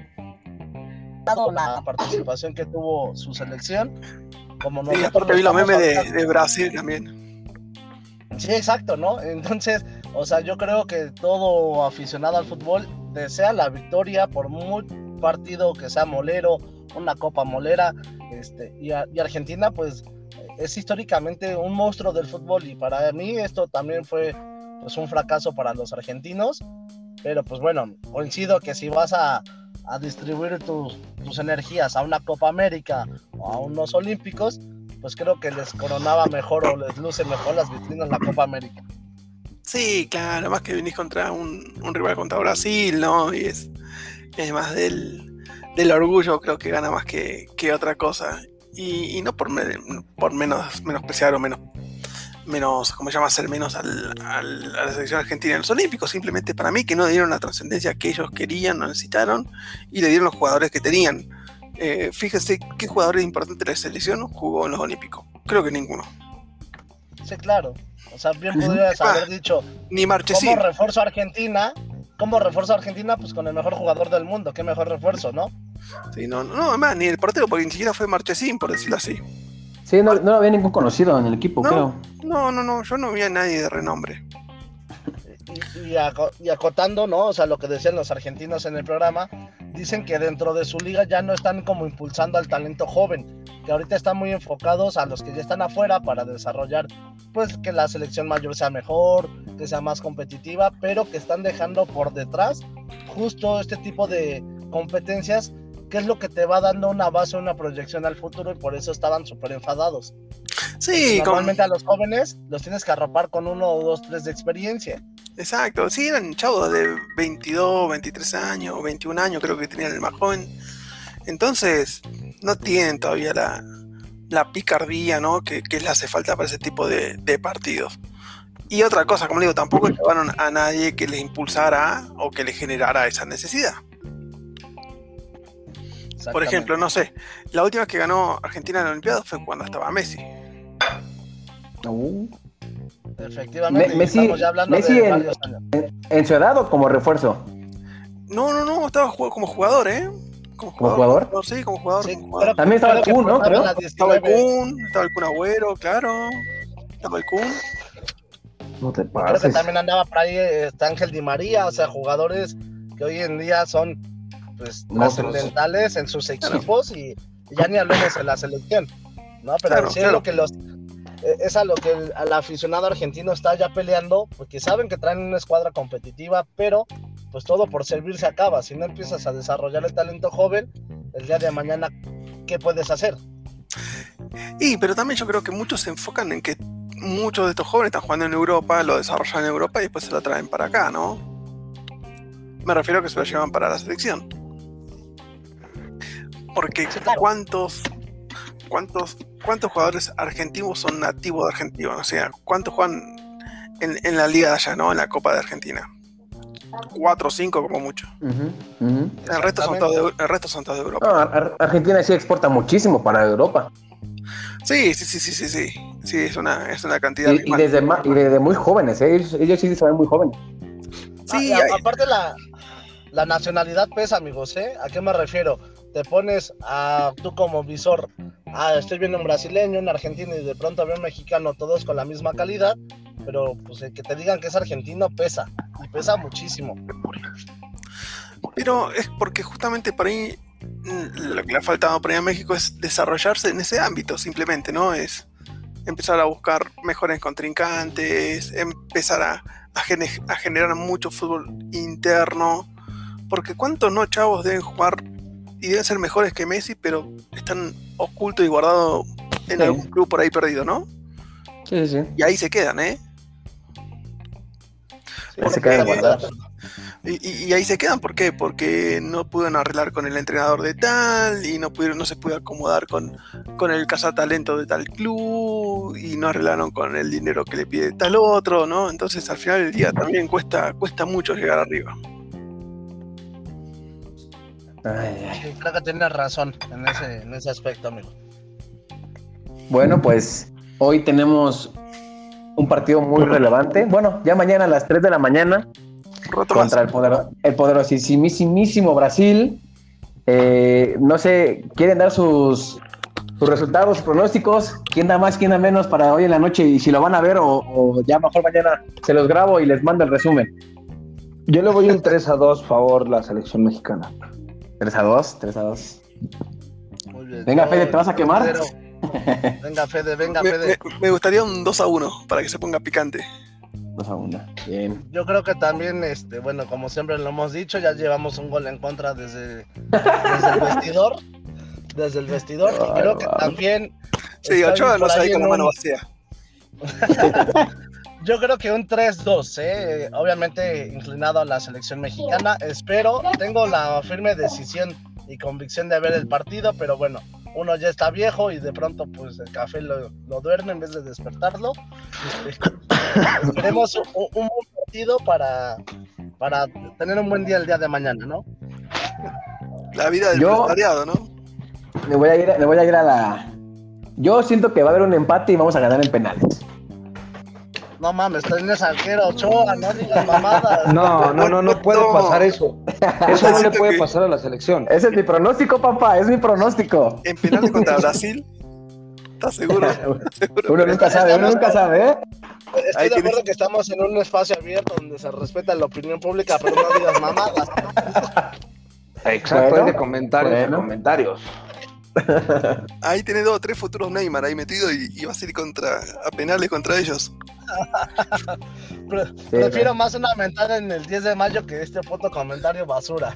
dado la participación que tuvo su selección. Como
Sí,
nosotros
aparte
lo
vi los
estamos
memes de,
ahorita-
de Brasil también.
Sí, exacto, ¿no? Entonces, o sea, yo creo que todo aficionado al fútbol desea la victoria por muy partido que sea molero, una copa molera, este, y, a- y Argentina, pues, es históricamente un monstruo del fútbol, y para mí esto también fue, pues, un fracaso para los argentinos, pero pues bueno, coincido que si vas a, a distribuir tus, tus energías a una Copa América o a unos Olímpicos, pues creo que les coronaba mejor o les luce mejor las vitrinas la Copa América.
Sí, claro, más que venís contra un, un rival contra Brasil, ¿no? Y es, es más del, del orgullo, creo que gana más que, que otra cosa. Y, y no por, me- por menos menospreciar o menos, menos, ¿cómo se llama? Hacer menos al, al- a la selección argentina en los Olímpicos, simplemente para mí que no dieron la trascendencia que ellos querían, no necesitaron, y le dieron los jugadores que tenían. Eh, fíjese qué jugadores importantes de la selección jugó en los Olímpicos. Creo que ninguno.
Sí, claro. O sea, bien
Ujú.
podrías
Ah,
haber dicho,
Ni Marchesín.
¿cómo refuerzo a Argentina? ¿Cómo refuerzo a Argentina? Pues con el mejor jugador del mundo. ¿Qué mejor refuerzo, no?
Sí, no, no, además, ni el portero, porque ni siquiera fue Marchesín, por decirlo así.
Sí, no, no había ningún conocido en el equipo,
No.
creo.
No, no, no, yo no vi a nadie de renombre.
Y, y, aco- y acotando, ¿no? O sea, lo que decían los argentinos en el programa, dicen que dentro de su liga ya no están como impulsando al talento joven, que ahorita están muy enfocados a los que ya están afuera para desarrollar, pues, que la selección mayor sea mejor, que sea más competitiva, pero que están dejando por detrás justo este tipo de competencias, que es lo que te va dando una base, una proyección al futuro, y por eso estaban súper enfadados.
Sí, con-
Normalmente a los jóvenes los tienes que arropar con uno o dos, tres de experiencia.
exacto. Sí, eran chavos de veintidós, veintitrés años, veintiún años, creo que tenían el más joven. Entonces, no tienen todavía la, la picardía, ¿no? Que, que les hace falta para ese tipo de, de partidos. Y otra cosa, como digo, tampoco llevaron a nadie que les impulsara o que les generara esa necesidad. Por ejemplo, no sé, la última que ganó Argentina en la Olimpiada fue cuando estaba Messi.
Uh,
Efectivamente,
Me- Messi-
estamos ya hablando
Messi
de
en-
varios años.
¿En su edad o como refuerzo?
No, no, no, estaba jug- como jugador, ¿eh? Como
¿Como jugador?
No, sí, como jugador.
Sí,
como jugador.
creo-
También estaba
creo
el
que
Kun, ¿no?
estaba en
Creo.
las
Estaba el
diecinueve.
Kun, estaba el Kun Agüero, claro. Estaba el Kun.
No te
Creo que
pases.
también andaba por ahí eh, está Ángel Di María, o sea, jugadores que hoy en día son, pues,
Monstruos.
trascendentales en sus equipos, y ya ni hablemos de la selección, ¿no? Pero
Claro,
sí
claro.
es lo que los eh, es a lo que el, al aficionado argentino está ya peleando, porque saben que traen una escuadra competitiva, pero pues todo por servir se acaba. Si no empiezas a desarrollar el talento joven, el día de mañana, ¿qué puedes hacer?
Y, pero también yo creo que muchos se enfocan en que muchos de estos jóvenes están jugando en Europa, lo desarrollan en Europa y después se lo traen para acá, ¿no? Me refiero a que se lo llevan para la selección. Porque
Sí, claro.
¿cuántos, cuántos, cuántos jugadores argentinos son nativos de Argentina? O sea, ¿cuántos juegan en, en la liga de allá, ¿no? En la Copa de Argentina. Cuatro o cinco como mucho.
Ujú, ujú.
El resto, son todos de, el resto son todos de Europa.
No, Ar- Argentina sí exporta muchísimo para Europa.
Sí, sí, sí, sí, sí, sí. Sí, es una, es una cantidad.
Y, y
abismal.
desde, ma- y desde muy jóvenes, ¿eh? ellos, ellos sí se ven muy jóvenes.
Sí,
Ah, y a-
hay-
aparte la, la nacionalidad pesa, amigos, ¿eh? ¿A qué me refiero? Te pones a tú como visor, ah, estoy viendo un brasileño, un argentino, y de pronto veo un mexicano, todos con la misma calidad, pero pues el que te digan que es argentino pesa, y pesa muchísimo.
Pero es porque justamente por ahí lo que le ha faltado por ahí a México es desarrollarse en ese ámbito, simplemente, ¿no? Es empezar a buscar mejores contrincantes, empezar a, a, gener, a generar mucho fútbol interno, porque cuántos no chavos deben jugar y deben ser mejores que Messi, pero están ocultos y guardados en
Sí.
algún club por ahí perdido, ¿no?
Sí, sí.
Y ahí se quedan, ¿eh?
Sí,
Se
se
quedan
queda
guardados.
Y, y, y ahí se quedan, ¿por qué? Porque no pudieron arreglar con el entrenador de tal, y no pudieron, no se pudo acomodar con, con el cazatalento de tal club, y no arreglaron con el dinero que le pide tal otro, ¿no? Entonces al final del día también cuesta, cuesta mucho llegar arriba.
Ay, ay.
Sí, creo que tienes razón en ese, en ese aspecto, amigo.
Bueno, pues hoy tenemos un partido muy relevante. Bueno, ya mañana a las tres de la mañana
Roto
contra el, poder, el poderosísimo Brasil. Eh, no sé, ¿quieren dar sus, sus resultados, sus pronósticos? ¿Quién da más, quién da menos para hoy en la noche? Y si lo van a ver o, o ya mejor mañana se los grabo y les mando el resumen.
Yo le voy un tres a dos favor la selección mexicana.
tres a dos, tres a dos.
Muy bien.
Venga,
Yo-
Fede, ¿te vas a quemar?
Pero- Venga, Fede, venga,
Me,
Fede.
me- me gustaría un dos a uno para que se ponga picante.
dos a uno. Bien.
Yo creo que también, este, bueno, como siempre lo hemos dicho, ya llevamos un gol en contra desde, desde el vestidor. Desde el vestidor. Y creo que también.
Sí,
está
Ochoa
por
no sale
ahí
con la
en
mano
un-
vacía.
Yo creo que un tres dos, ¿eh? Obviamente inclinado a la selección mexicana. Espero, tengo la firme decisión y convicción de ver el partido, pero bueno, uno ya está viejo y de pronto pues el café lo, lo duerme en vez de despertarlo. Esperemos un, un buen partido para, para tener un buen día el día de mañana, ¿no?
La vida del
Yo-
proletariado, ¿no?
Me voy a ir, me voy a ir a la. Yo siento que va a haber un empate y vamos a ganar en penales.
No mames, tienes arquero Ochoa, no digas mamadas.
No, no, no, no puede
No.
pasar eso. Eso no le
Siento
puede
que-
pasar a la selección.
Ese es mi pronóstico, papá, es mi pronóstico.
En penales contra Brasil. ¿Estás seguro? ¿Seguro?
Uno nunca sabe, uno nunca sabe, ¿eh?
Estoy
Ahí
de acuerdo
tienes-
que estamos en un espacio abierto donde se respeta la opinión pública, pero no digas mamadas.
Exacto,
Bueno,
hay de comentarios
bueno.
a comentarios.
Ahí tiene dos o tres futuros Neymar ahí metido y, y vas a ir contra, a penales contra ellos.
Pre- prefiero más una mentada en el diez de mayo que este puto comentario basura.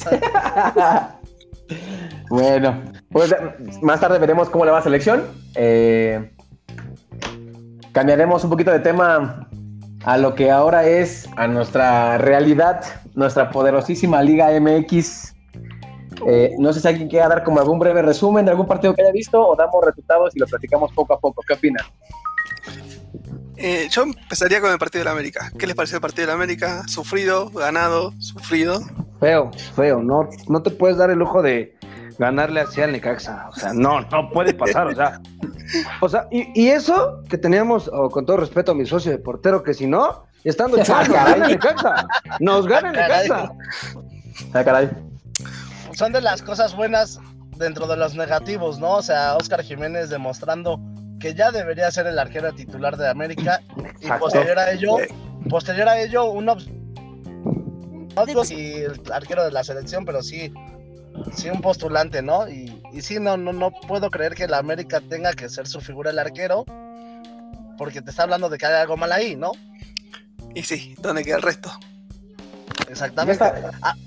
Bueno, pues más tarde veremos cómo le va a selección. Eh, cambiaremos un poquito de tema a lo que ahora es, a nuestra realidad, nuestra poderosísima Liga M X. Eh, no sé si alguien quiera dar como algún breve resumen de algún partido que haya visto o damos resultados y lo platicamos poco a poco. ¿Qué opinan?
Eh, yo empezaría con el partido de la América. ¿Qué les pareció el partido de la América? Sufrido, ganado, sufrido.
Feo, feo. No, no te puedes dar el lujo de ganarle así al Necaxa. O sea, no, no puede pasar. O sea, o sea y, y eso que teníamos, oh, con todo respeto a mi socio de portero, que si no, estando Ochoa, nos gana el Necaxa. Nos gana el Necaxa.
Ah, caray.
Son de las cosas buenas dentro de los negativos, ¿no? O sea, Óscar Jiménez demostrando que ya debería ser el arquero titular de América y
Exacto.
posterior a ello, posterior a ello, un obs- no digo si el arquero de la selección, pero sí, sí un postulante, ¿no? Y, y sí, no, no, no puedo creer que la América tenga que ser su figura el arquero, porque te está hablando de que hay algo mal ahí, ¿no?
Y sí, ¿dónde queda el resto?
Exactamente.
Ya está.
Ah.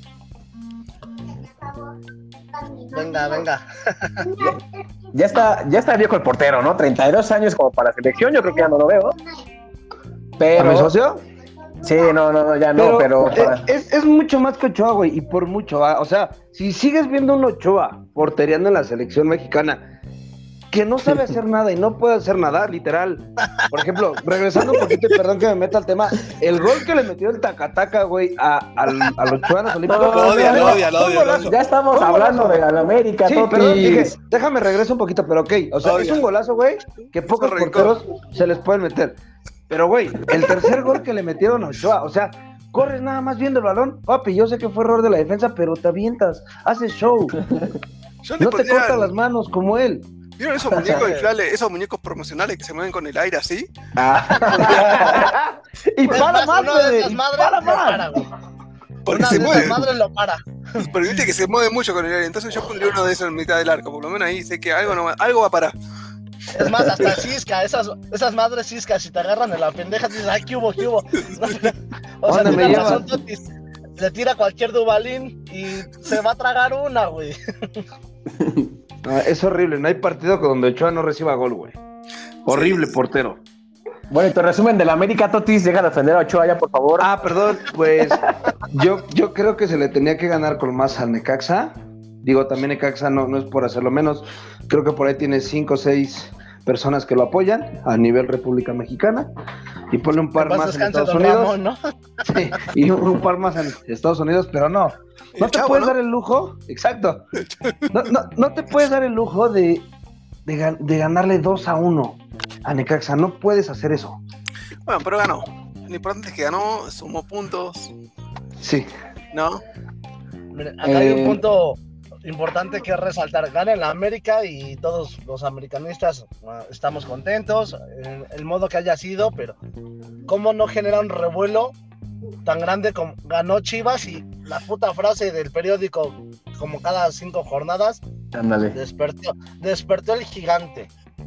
Venga, venga.
Ya está, ya está viejo el portero, ¿no? treinta y dos años como para selección, yo creo que ya no lo veo.
¿A mi
Pero.
socio?
Sí, no, no, no, ya no, pero.
eh, es, es mucho más que Ochoa, güey, y por mucho. ah, O sea, si sigues viendo un Ochoa portereando en la selección mexicana que no sabe hacer nada y no puede hacer nada, literal. Por ejemplo, regresando un poquito, y perdón que me meta al tema, el gol que le metió el Tacataca, güey, a, al- a los Chuanos Olímpicos.
No,
Lo odia,
no,
lo
no,
odia, lo
fue un
odia, lo
golazo.
odia.
Ya estamos
¿Cómo
hablando
vas a-
de la América,
Sí,
Totis.
perdón, dije, déjame regreso un poquito, pero ok. O sea,
Obvio.
es un golazo, güey, que pocos
Correcto.
porteros se les pueden meter. Pero, güey, el tercer gol que le metieron a Ochoa, o sea, corres nada más viendo el balón, papi, yo sé que fue error de la defensa, pero te avientas, haces show,
Yo le
no te
pondría-
cortas las manos como él.
¿Vieron esos muñecos inflables, esos muñecos promocionales que se mueven con el aire así?
Y
Es
para
más,
más,
uno de
güey,
esas
y
madres
para
lo para,
más.
güey.
Porque
Una
se
de esas
mueve.
madres lo para.
Pero viste que se mueve mucho con el área, entonces yo pondría uno de esos en mitad del arco, por lo menos ahí sé que algo, no va, algo va a parar.
Es más, hasta cisca, esas, esas madres ciscas, si te agarran en la pendeja, dices, ay, ¿qué hubo, qué hubo? O sea,
¿Dónde me
tienes razón,
llevan?
Totis. Le tira cualquier Dubalín y se va a tragar una, güey.
No, es horrible, no hay partido donde Ochoa no reciba gol, güey. Horrible
Sí.
portero.
Bueno, y tu resumen de la América, Totis, deja de ofender a Ochoa ya, por favor.
Ah, perdón, pues yo, yo creo que se le tenía que ganar con más al Necaxa. Digo, también Necaxa no, no es por hacerlo menos. Creo que por ahí tiene cinco o seis personas que lo apoyan a nivel República Mexicana. Y ponle un par
Que en paz
más en
descanse
Estados
don
Unidos.
Ramón, ¿no?
Sí, y un, un par más en Estados Unidos, pero no. No
El
te
Chavo,
puedes
¿no?
dar el lujo, exacto. No, no, no te puedes dar el lujo de, de, gan- de ganarle dos a uno a Necaxa. No puedes hacer eso.
Bueno, pero ganó. Lo importante es que ganó, sumó puntos,
Sí.
¿no?
Mira, acá hay
Eh,
un punto importante que resaltar. Gana en la América y todos los americanistas uh, estamos contentos, en el modo que haya sido, pero ¿cómo no genera un revuelo tan grande como ganó Chivas? Y la puta frase del periódico, como cada cinco jornadas,
Ándale.
despertó, despertó el gigante.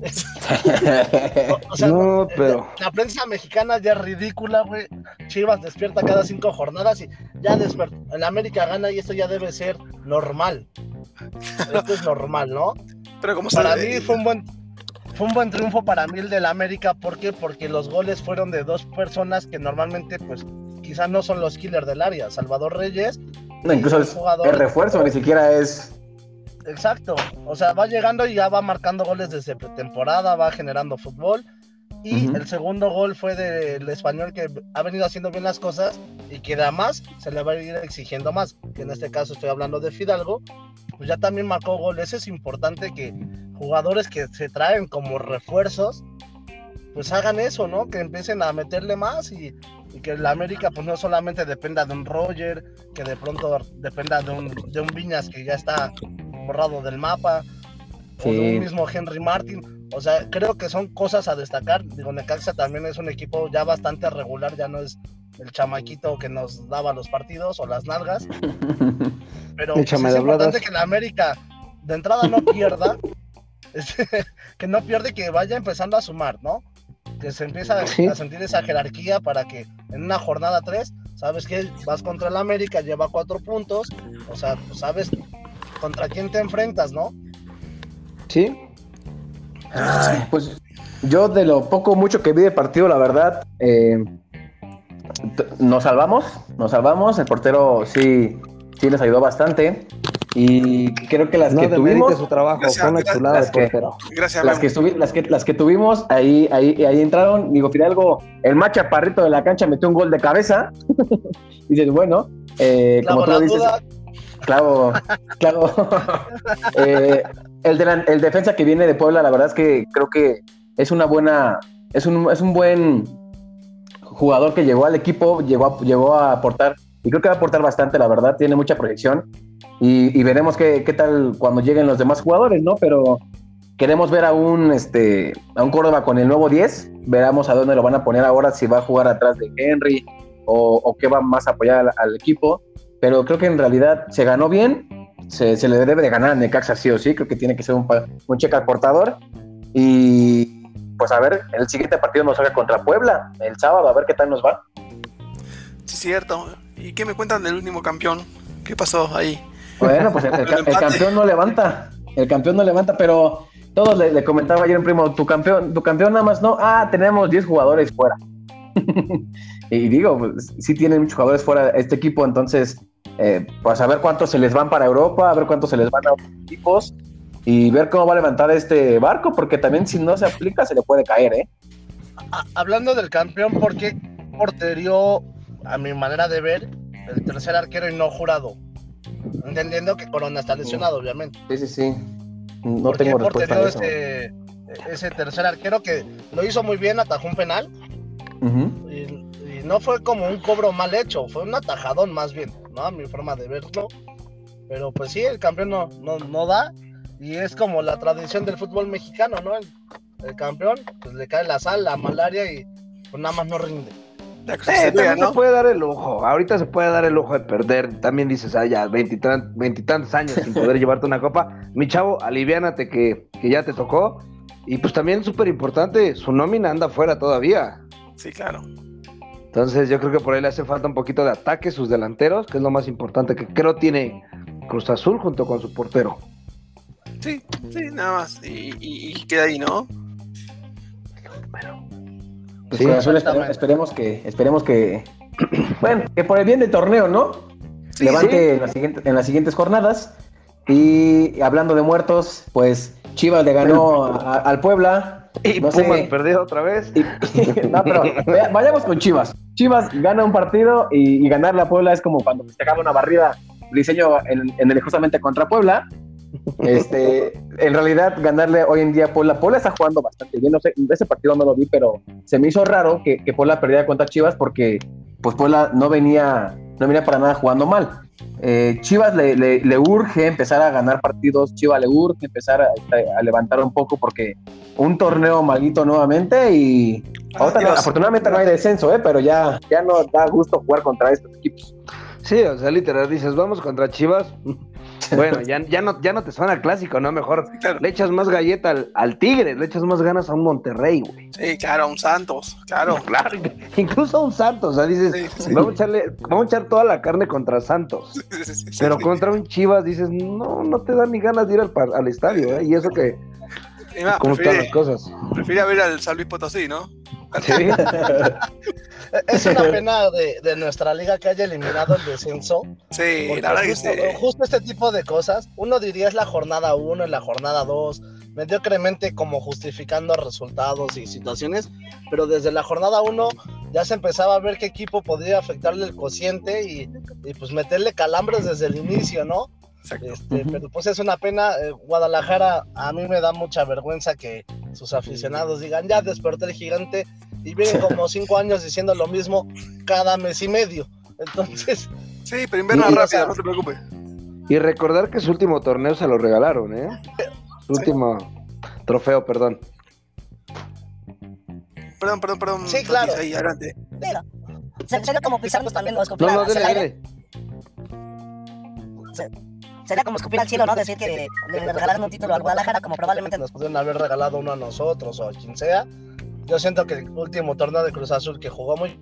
O, o sea,
No, pero-
la prensa mexicana ya es ridícula, güey. Chivas despierta cada cinco jornadas y ya despertó. El América gana y esto ya debe ser normal. Esto es normal, ¿no?
Pero como
Para
se-
mí fue un buen fue un buen triunfo para mí el del América. ¿Por qué? Porque los goles fueron de dos personas que normalmente, pues, quizás no son los killers del área. Salvador Reyes.
No, incluso es,
jugador-
es refuerzo, ni siquiera es.
Exacto. O sea, va llegando y ya va marcando goles desde pretemporada, va generando fútbol. Y
Ujú.
el segundo gol fue del Español, que ha venido haciendo bien las cosas y que además se le va a ir exigiendo más. Que en este caso estoy hablando de Fidalgo, pues ya también marcó goles. Es importante que jugadores que se traen como refuerzos, pues hagan eso, ¿no? Que empiecen a meterle más y, y que la América pues no solamente dependa de un Roger, que de pronto dependa de un, de un Viñas que ya está borrado del mapa, o de
Sí.
un mismo Henry Martin. O sea, creo que son cosas a destacar. Digo, Necaxa también es un equipo ya bastante regular, ya no es el chamaquito que nos daba los partidos o las nalgas, pero pues,
Échame
es
de
importante
habladas.
que la América de entrada no pierda, este, que no pierde y que vaya empezando a sumar, ¿no? Que se empieza
Sí.
a sentir esa jerarquía para que en una jornada tres, sabes que vas contra el América, lleva cuatro puntos, o sea, pues sabes contra quién te enfrentas, ¿no?
Sí.
Ay, pues yo de lo poco mucho que vi de partido, la verdad, eh, t- nos salvamos, nos salvamos. El portero sí, sí les ayudó bastante. Y creo que las
No
que
demerite
tuvimos,
su trabajo.
Gracias,
Fue una
gracias.
chulada de
Las que-
portero.
Gracias,
las
Memo.
que, estuvi- las que, las que tuvimos, ahí, ahí, ahí entraron. Digo, Fidalgo, el más chaparrito de la cancha metió un gol de cabeza. Y dices, bueno, eh, como
Clavo
tú
la
lo dices,
duda,
claro, claro. Eh, el, de la- el defensa que viene de Puebla, la verdad es que creo que es una buena, es un, es un buen jugador que llegó al equipo, llegó a, llegó a aportar, y creo que va a aportar bastante, la verdad, tiene mucha proyección, y, y veremos qué, qué tal cuando lleguen los demás jugadores, ¿no? Pero queremos ver a un, este, a un Córdoba con el nuevo diez, veremos a dónde lo van a poner ahora, si va a jugar atrás de Henry, o, o qué va más a apoyar al, al equipo, pero creo que en realidad se ganó bien, se, se le debe de ganar a Necaxa sí o sí, creo que tiene que ser un, pa- un cheque al portador, y pues a ver, el siguiente partido nos haga contra Puebla, el sábado, a ver qué tal nos va.
Sí, cierto. ¿Y qué me cuentan del último campeón? ¿Qué pasó ahí?
Bueno, pues el, el ca- el campeón no levanta, el campeón no levanta, pero todos le, le comentaba ayer un primo, tu campeón, tu campeón nada más no, ah, tenemos diez jugadores fuera. Y digo, pues, sí tienen muchos jugadores fuera este equipo, entonces, eh, pues a ver cuántos se les van para Europa, a ver cuántos se les van a otros equipos y ver cómo va a levantar este barco, porque también si no se aplica se le puede caer, ¿eh?
a- hablando del campeón, ¿por qué porterió, a mi manera de ver, el tercer arquero y no Jurado? Entendiendo que Corona está lesionado, obviamente.
Sí, sí, sí. No
¿Por qué
tengo respuesta a
porterió
eso.
ese, ese tercer arquero que lo hizo muy bien, atajó un penal?
Ujú.
Y, y no fue como un cobro mal hecho, fue un atajadón más bien, ¿no? A mi forma de verlo. Pero pues sí, el campeón no, no, no da. Y es como la tradición del fútbol mexicano, ¿no? El, el campeón, pues le cae la sal, la malaria y pues nada más no rinde.
La cosa
Eh,
sería,
también
¿no?
se puede dar el lujo. Ahorita se puede dar el lujo de perder. También dices, ah, ya, veintitantos años sin poder llevarte una copa. Mi chavo, aliviánate que, que ya te tocó. Y pues también súper importante, su nómina anda afuera todavía.
Sí, claro.
Entonces yo creo que por ahí le hace falta un poquito de ataque sus delanteros, que es lo más importante que creo tiene Cruz Azul junto con su portero.
Sí, sí, nada más. Y, y, y queda ahí, ¿no?
Pues
Sí,
Cruz Azul, espere-
exactamente.
esperemos que, esperemos que, bueno, que por el bien del torneo, ¿no?
Sí,
Levante
sí.
En, las siguientes, en las siguientes jornadas. Y hablando de muertos, pues Chivas le ganó a- al Puebla.
Y
No
Pumas
sé.
perdió otra vez.
Y- no, pero vaya- vayamos con Chivas. Chivas gana un partido y, y ganarle a Puebla es como cuando festejaba una barrida diseño en, en el justamente contra Puebla. Este, en realidad ganarle hoy en día a Puebla, Puebla está jugando bastante bien, no sé, ese partido no lo vi, pero se me hizo raro que, que Puebla perdiera contra Chivas porque pues Puebla no venía, no venía para nada jugando mal. Eh, Chivas le, le, le urge empezar a ganar partidos, Chivas le urge empezar a, a levantar un poco porque un torneo malito nuevamente y
Ah,
ahorita no-
Dios.
afortunadamente no hay descenso, ¿eh? Pero ya, ya no da gusto jugar contra estos equipos.
Sí, o sea, literal, dices, vamos contra Chivas. Bueno, ya, ya, no, ya no te suena clásico, ¿no? Mejor
Sí, claro.
le echas más galleta al, al Tigre, le echas más ganas a un Monterrey, güey.
Sí, claro, un Santos, claro.
Claro, incluso a un Santos, o sea, dices,
Sí, sí.
vamos a echarle, vamos a echar toda la carne contra Santos.
Sí, sí, sí,
Pero
sí.
contra un Chivas dices, no, no te dan ni ganas de ir al, par- al estadio, ¿eh? Y eso que,
Es más,
¿cómo están las
prefiere,
cosas?
prefiere ver al San Luis Potosí, ¿no?
Sí,
Es una pena de, de nuestra liga que haya eliminado el descenso.
Sí,
Porque
la verdad que
justo,
sí.
justo este tipo de cosas, uno diría es la jornada uno, en la jornada dos, mediocremente como justificando resultados y situaciones, pero desde la jornada uno ya se empezaba a ver qué equipo podría afectarle el cociente y, y pues meterle calambres desde el inicio, ¿no?
Exacto.
Este,
Ujú.
pero pues es una pena. eh, Guadalajara, a mí me da mucha vergüenza que sus aficionados digan ya despertó el gigante y vienen como cinco años diciendo lo mismo cada mes y medio. Entonces,
Sí, pero inverna
Sí, o
rápido,
sea-
no te preocupes.
y recordar que su último torneo se lo regalaron, ¿eh? Su último trofeo, perdón.
Perdón, perdón, perdón.
Sí, claro.
Totis, ahí, adelante.
Mira, se- sería como pisarnos también o
No,
escupir
no,
hacia
dele,
el aire.
dele.
Se- Sería como escupir al cielo, ¿no? Decir que le regalaron un título al Guadalajara como probablemente
nos pudieron haber regalado uno a nosotros o a quien sea. Yo siento que el último torneo de Cruz Azul que jugó muy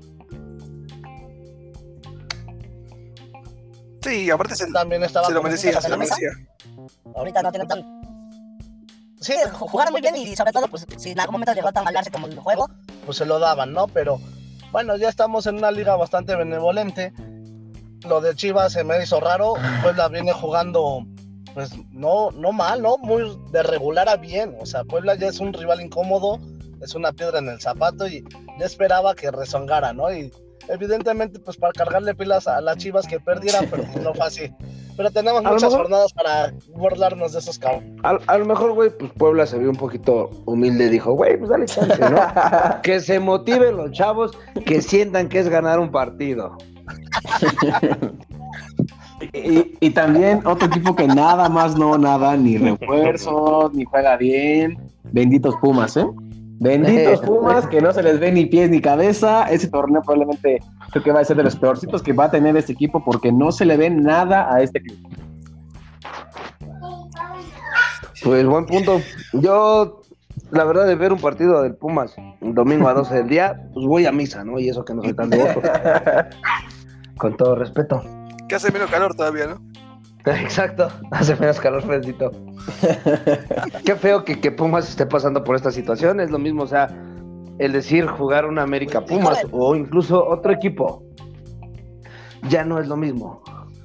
Sí, aparte se,
también estaba
se lo
como
merecía,
una
se lo
mesa.
merecía.
ahorita no tienen tan...
Sí,
Sí, jugaron muy bien y sobre todo, pues, si en algún momento llegó a tambalearse como el juego,
pues se lo daban, ¿no? Pero bueno, ya estamos en una liga bastante benevolente. Lo de Chivas se me hizo raro. Puebla viene jugando, pues no, no mal, ¿no? Muy de regular a bien. O sea, Puebla ya es un rival incómodo, es una piedra en el zapato y ya esperaba que rezongara, ¿no? Y evidentemente, pues para cargarle pilas a las Chivas que perdieran, pero no fue así. Pero tenemos
A lo
muchas
mejor-
jornadas para burlarnos de esos cabros.
A, a lo mejor, güey, pues Puebla se vio un poquito humilde y dijo, güey, pues dale chance, ¿no? Que se motiven los chavos, que sientan que es ganar un partido.
Y, y también otro equipo que nada más no nada, ni refuerzos, ni juega bien. Benditos Pumas, ¿eh? Benditos Pumas, que no se les ve ni pies ni cabeza. Ese torneo probablemente creo que va a ser de los peorcitos que va a tener este equipo porque no se le ve nada a este club.
Pues buen punto. Yo, la verdad, de ver un partido del Pumas un domingo a doce del día, pues voy a misa, ¿no? Y eso que no soy tan devoto. Con todo respeto.
Que hace menos calor todavía, ¿no?
Exacto, hace menos calor, Fredcito. Qué feo que, que Pumas esté pasando por esta situación. Es lo mismo, o sea, el decir jugar una América Pumas o incluso otro equipo, ya no es lo mismo.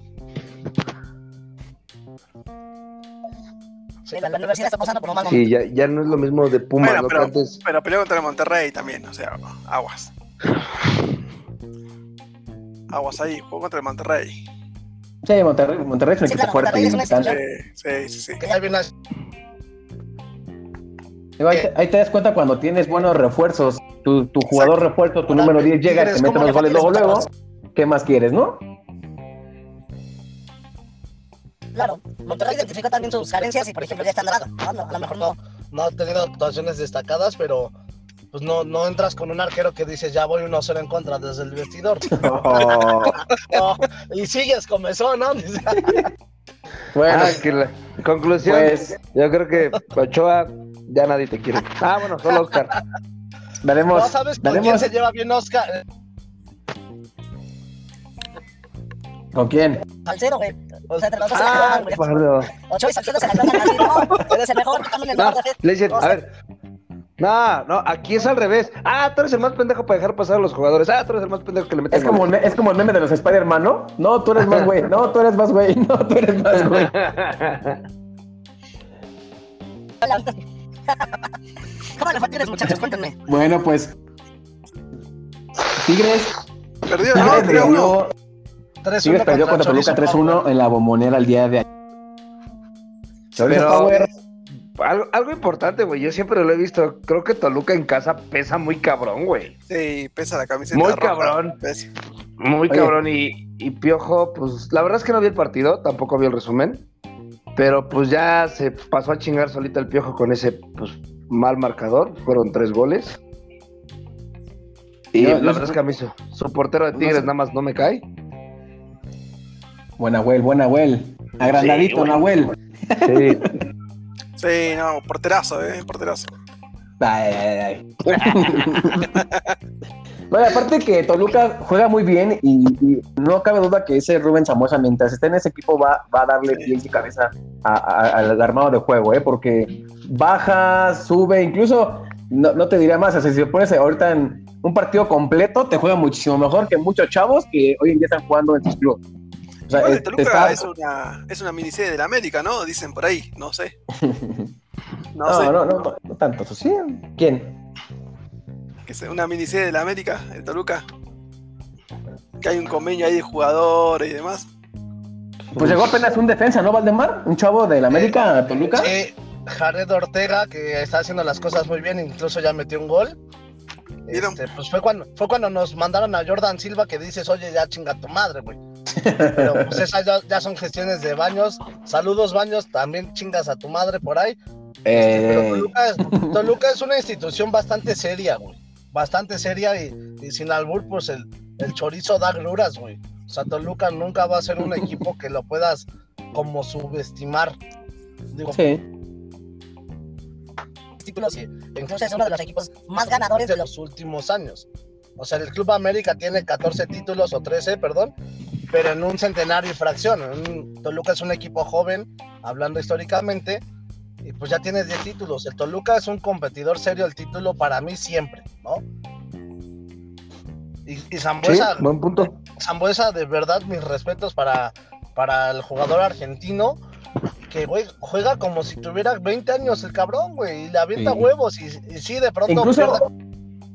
sí, la, la universidad está pasando por un mal
Sí,
momento.
ya, ya no es lo mismo de Pumas,
Bueno,
¿no?
pero,
Que antes.
pero peleó contra el Monterrey también, o sea, aguas. Aguas ahí, jugó contra el Monterrey.
Sí, Monterrey, Monterrey es un
Sí,
equipo
claro,
fuerte.
Monterrey es una
importante.
Sí, sí, sí, sí.
Que ya viene
Digo, ahí, te, ahí te das cuenta cuando tienes buenos refuerzos. Tu, tu jugador refuerzo, tu número diez llega y te mete los goles luego, luego. ¿Qué más quieres, no?
Claro, Monterrey identificó también sus carencias y, por ejemplo, ya está Andrada, ¿no? No, a lo mejor no.
no ha tenido actuaciones destacadas, pero pues no, no entras con un arquero que dices ya voy uno cero en contra desde el vestidor.
Oh.
No, y sigues comezón, ¿no?
Bueno, ah, que la conclusión,
pues,
yo creo que Ochoa ya nadie te quiere. Ah, bueno, solo Oscar.
Daremos,
¿No sabes con
daremos...
quién se lleva bien Oscar?
¿Con quién?
Salcedo, güey. O sea, te lo vas
Ah,
a hacer,
perdón.
Ochoa y Salcedo se la tratan así, no, eres el mejor, tú también el
No,
mejor.
le dicen, a ver. No, no, aquí es al revés. Ah, tú eres el más pendejo para dejar pasar a los jugadores. Ah, tú eres el más pendejo que le meten.
Es como, el me- es como el meme de los Spider-Man, ¿no? No, tú eres más güey. No, tú eres más güey. No, tú eres más güey.
¿Cómo le fue a Tigres, muchachos? Cuéntenme.
Bueno, pues Tigres,
Perdió, no,
Tigres
tres uno.
perdió,
tres uno
Tigres perdió contra Toluca tres uno en la Bombonera el día de ayer. Chorizo
Pero
Power.
algo, algo importante, güey. Yo siempre lo he visto. Creo que Toluca en casa pesa muy cabrón, güey.
Sí, pesa la camiseta
Muy
roja.
cabrón.
Pesa.
Muy
Oye.
cabrón. Y, y Piojo, pues la verdad es que no vi el partido, tampoco vi el resumen. Pero pues ya se pasó a chingar solita el Piojo con ese pues mal marcador. Fueron tres goles. Y
Yo-
la
yo-
verdad es que a mí su, su portero de Tigres
no sé.
nada más no me cae.
Buen Nahuel, buen Nahuel. Agrandadito,
Sí, güey.
Nahuel.
Sí.
Sí, no, porterazo, eh, porterazo.
Ay, ay, ay. Bueno, aparte que Toluca juega muy bien y, y no cabe duda que ese Rubén Zambuesa, mientras esté en ese equipo, va, va a darle pies y cabeza a- a- al armado de juego, ¿eh? Porque baja, sube, incluso, no, no te diría más, o sea, si te pones ahorita en un partido completo, te juega muchísimo mejor que muchos chavos que hoy en día están jugando en sus clubes. O sea,
Igual
eh,
el Toluca
está-
es una, es una miniserie de la América, ¿no? Dicen por ahí, no sé. No,
No,
sé.
no, no, no, no tanto, eso sí. ¿Quién?
Que es una miniserie de la América, el Toluca. Que hay un convenio ahí de jugadores y demás.
Pues llegó apenas un defensa, ¿no, Valdemar? Un chavo del América, a Toluca.
Sí, Jared Ortega, que está haciendo las cosas muy bien, incluso ya metió un gol.
¿Vieron?
Este, pues fue cuando, fue cuando nos mandaron a Jordan Silva que dices, oye, ya chinga tu madre, güey. Pero pues esas ya, ya son gestiones de Baños. Saludos, Baños, también chingas a tu madre por ahí. Este, pero
Eh,
Toluca es, Toluca es una institución bastante seria, güey. Bastante seria y, y sin albur, pues el, el chorizo da gruras, güey. O sea, Toluca nunca va a ser un equipo que lo puedas como subestimar. Digo,
sí.
Títulos y incluso es uno de los equipos más ganadores
de
de los
los últimos años. O sea, el Club América tiene catorce títulos o trece, perdón, pero en un centenario y fracción. Un- Toluca es un equipo joven, hablando históricamente, y pues ya tiene diez títulos. El Toluca es un competidor serio al título para mí siempre, ¿no? Y, y
Sí,
Zambuesa,
buen punto.
Zambuesa, de verdad, mis respetos para, para el jugador argentino, que, güey, juega como si tuviera veinte años el cabrón, güey, y le avienta
Sí.
huevos, y, y sí, de pronto
Incluso-
pierde.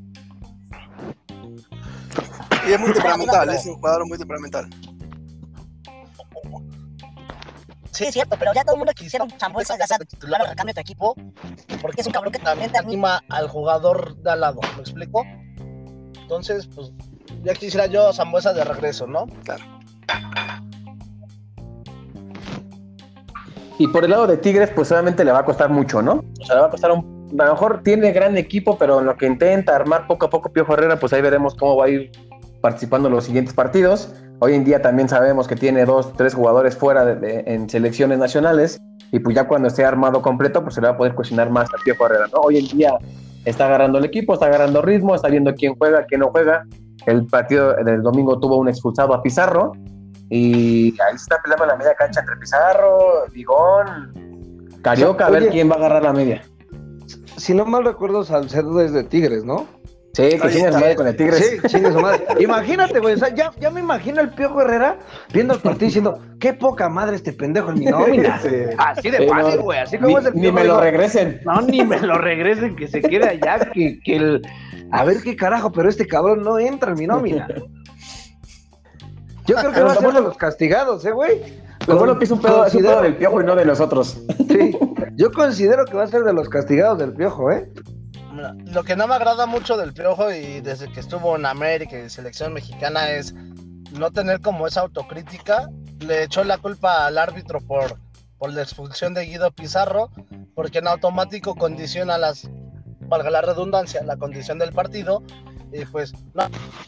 Y es muy temperamental, es un jugador muy temperamental.
Sí, es cierto, pero ya todo el mundo quisiera un Zambuesa ya sea titular o recambio de tu equipo, porque es un cabrón que también te anima.
anima al jugador de al lado, ¿me explico? Entonces, pues, ya quisiera yo a Zambuesa de regreso, ¿no?
Y por el lado de Tigres, pues obviamente le va a costar mucho, ¿no? O sea, le va a costar un... A lo mejor tiene gran equipo, pero en lo que intenta armar poco a poco Piojo Herrera, pues ahí veremos cómo va a ir participando en los siguientes partidos. Hoy en día también sabemos que tiene dos, tres jugadores fuera de, de- en selecciones nacionales, y pues ya cuando esté armado completo, pues se le va a poder cuestionar más a Piojo Herrera, ¿no? Hoy en día está agarrando el equipo, está agarrando ritmo, está viendo quién juega, quién no juega. El partido del domingo tuvo un expulsado a Pizarro, y ahí se está peleando la media cancha entre Pizarro, Vigón, Carioca, a ver
Oye.
quién va a agarrar la media.
Si no mal recuerdo, Salcedo es de Tigres, ¿no?
Sí, que
Ahí
chingue su
está.
madre con el Tigres.
Sí, chingue su madre. Imagínate, güey. O sea, ya, ya me imagino el Piojo Herrera viendo el partido diciendo, qué poca madre este pendejo en mi nómina.
Sí.
Así de
Sí,
fácil,
no,
güey. Así
Ni,
como es el
ni
Piojo,
me lo
digo,
regresen.
no, ni me lo regresen, que se quede allá, que, que el... A ver qué carajo, pero este cabrón no entra en mi nómina. Yo creo que
Pero
va a ser
bueno,
de los castigados, ¿eh, güey?
Lo bueno que es un pedo, es un
Considero-
pedo del Piojo y no de los otros.
Sí, yo considero que va a ser de los castigados del Piojo, ¿eh?
Mira, lo que no me agrada mucho del Piojo y desde que estuvo en América y selección mexicana es no tener como esa autocrítica. Le echó la culpa al árbitro por, por la expulsión de Guido Pizarro, porque en automático condiciona las valga la redundancia, la condición del partido, y pues no,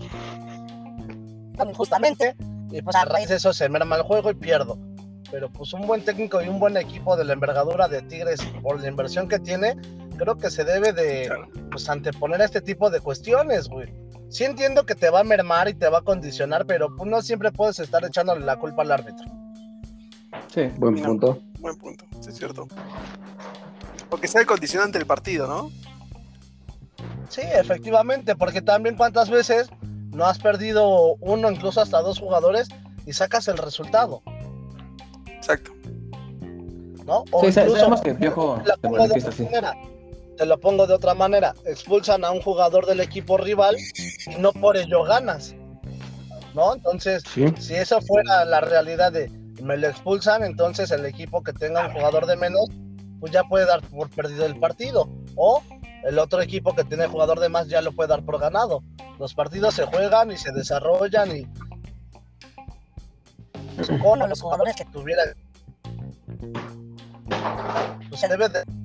justamente, y pues a raíz de eso se merma el juego y pierdo. Pero pues un buen técnico y un buen equipo de la envergadura de Tigres, por la inversión que tiene, creo que se debe de pues anteponer a este tipo de cuestiones, güey. Sí entiendo que te va a mermar y te va a condicionar, pero pues no siempre puedes estar echándole la culpa al árbitro.
Sí,
Buen
No,
punto.
Buen punto, sí es cierto. Porque sea el condicionante del partido, ¿no?
Sí, efectivamente, porque también cuántas veces no has perdido uno, incluso hasta dos jugadores y sacas el resultado,
Exacto.
¿no? O
sí,
incluso,
sabemos que Piojo
te lo
se
pongo de
manifiesta
otra
así.
manera, te lo pongo de otra manera, expulsan a un jugador del equipo rival y no por ello ganas, ¿no? Entonces,
Sí.
si eso fuera la realidad de me lo expulsan, entonces el equipo que tenga un jugador de menos, pues ya puede dar por perdido el partido, o el otro equipo que tiene jugador de más ya lo puede dar por ganado. Los partidos se juegan y se desarrollan y
Pues, con los jugadores que
tuviera, pues se debe de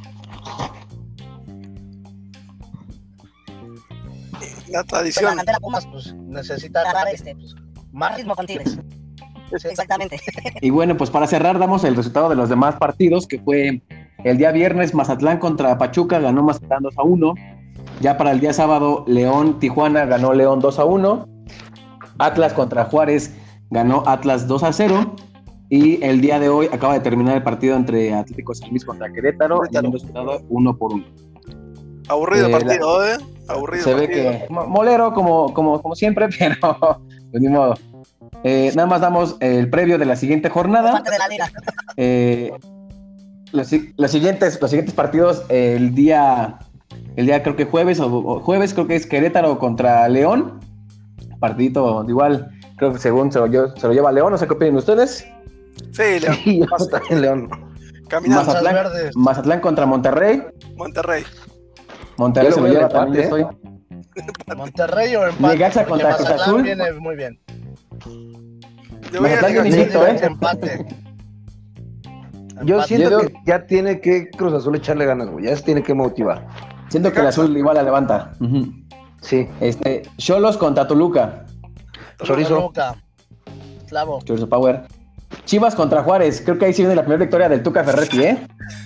La
pues, la
tradición.
cantera Pumas
pues necesita
dar este, pues, más ritmo con Tigres. Sí, exactamente.
Y bueno, pues para cerrar damos el resultado de los demás partidos, que fue el día viernes Mazatlán contra Pachuca, ganó Mazatlán dos a uno. Ya para el día sábado León Tijuana ganó León dos a uno. Atlas contra Juárez ganó Atlas dos a cero. Y el día de hoy acaba de terminar el partido entre Atlético San Luis contra Querétaro, y han resultado uno por uno.
Aburrido el
Eh,
partido, ¿eh? Aburrido
Se
el
ve
partido.
que mo- molero como, como, como siempre, pero pues ni modo. Eh, nada más damos el previo de la siguiente jornada.
Parte de la liga.
Eh, los, si- los siguientes, los siguientes partidos, eh, el día, el día creo que jueves o, o jueves creo que es Querétaro contra León. Partidito igual, creo que según se lo, lle- se lo lleva León, no sé qué opinan ustedes.
Sí, León.
Sí, yo también, León.
Caminando.
Mazat-
Mazatlán,
verdes.
Mazatlán contra Monterrey.
Monterrey.
Monterrey
Yo
se
lo
lo
veo
lleva
de
también, yo
empate,
estoy.
Monterrey o empate.
Necaxa
porque
contra Cruz
Mazatlán
Azul.
viene muy bien.
Yo voy a
Mazatlán
negar-
viene invicto, ¿eh?
Empate.
Yo
Empate.
siento
Yo
que ya tiene que Cruz Azul echarle ganas, güey. Ya se tiene que motivar.
Siento que el azul igual la levanta. Ujú.
Sí.
Este, Xolos contra Toluca.
Chorizo.
Toluca. Clavo.
Chorizo Power. Chivas contra Juárez. Creo que ahí sí viene la primera victoria del Tuca Ferretti, ¿eh?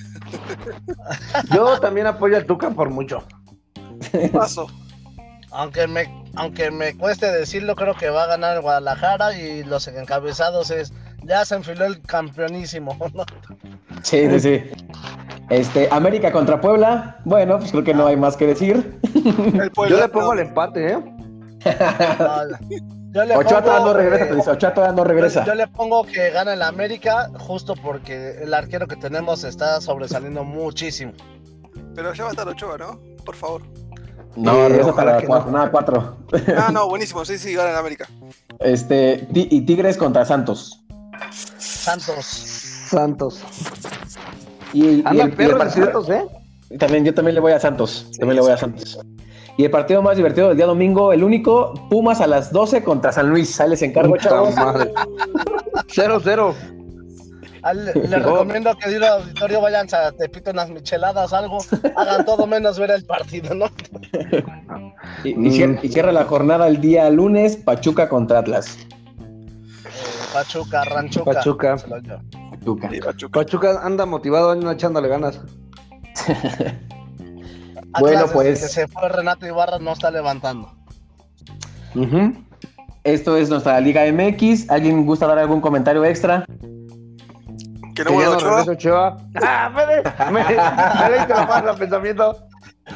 Yo también apoyo al Tuca por mucho.
Paso.
Aunque me, aunque me cueste decirlo, creo que va a ganar el Guadalajara y los encabezados es, ya se enfiló el campeonísimo, ¿no?
Sí, sí, sí. Este, América contra Puebla. Bueno, pues creo que no hay más que decir.
El Puebla,
Yo le pongo
no.
el empate, ¿eh?
No, yo le
Ochoa todavía no
pongo,
regresa,
eh,
te dice. Ochoa todavía no
yo,
regresa.
yo le pongo que gana el América justo porque el arquero que tenemos está sobresaliendo muchísimo.
Pero ya va a estar Ochoa, ¿no? Por favor.
No,
Eh,
regresa
ojalá
para
que
la
no.
jornada cuatro.
Ah, no, buenísimo. Sí, sí, gana en América.
Este, Ti- y Tigres contra Santos.
Santos.
Santos.
Y, y
Anda
el, y el
perro de
partido-
Santos, ¿eh?
También, yo también le voy a Santos.
Sí,
también le voy a
sí.
Santos. Y el partido más divertido del día domingo, el único, Pumas a las doce contra San Luis. Ahí les encargo,
Puta
chavos.
madre. Cero, cero.
Ah, Le, le recomiendo que ir al auditorio, vayan a Tepito unas micheladas, algo, hagan todo menos ver el partido, ¿no?
Y, y cier- y cierra la jornada el día lunes, Pachuca contra Atlas.
Eh, Pachuca, Ranchuca.
Pachuca.
Se lo llevo.
Pachuca.
Sí, Pachuca.
Pachuca anda motivado, anda echándole ganas.
Bueno,
Atlas,
pues-
desde que se fue Renato Ibarra, no está levantando.
Ujú.
Esto es nuestra Liga M X. ¿Alguien gusta dar algún comentario extra?
Que no
Que ya
vuelva
no
Ochoa.
regresa Ochoa. ¡Ah, Fede! Me, me leíste la mano el pensamiento.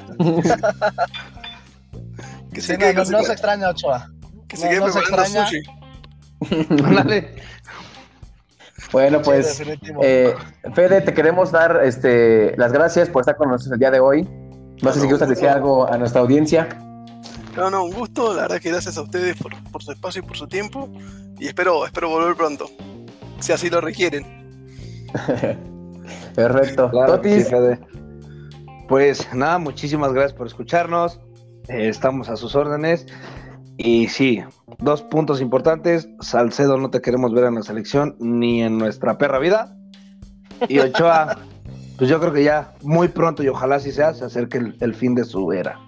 Que
Sí,
se
no,
quede
no,
con
no
su-
se extraña Ochoa.
que se
no,
quede
no se
preparando
extraña.
sushi.
Ándale.
Bueno,
Sí,
pues,
definitivo.
eh, Fede, te queremos dar este, las gracias por estar con nosotros el día de hoy. No sé si gustas decir algo a nuestra audiencia.
No, no, un gusto. La verdad que gracias a ustedes por, por su espacio y por su tiempo. Y espero, espero volver pronto. Si así lo requieren.
Perfecto.
Claro, que
Totis,
sí, Fede. Pues nada, muchísimas gracias por escucharnos. Eh, estamos a sus órdenes. Y sí, dos puntos importantes. Salcedo no te queremos ver en la selección ni en nuestra perra vida. Y Ochoa, pues yo creo que ya muy pronto, y ojalá sí sea, se acerque el, el fin de su era.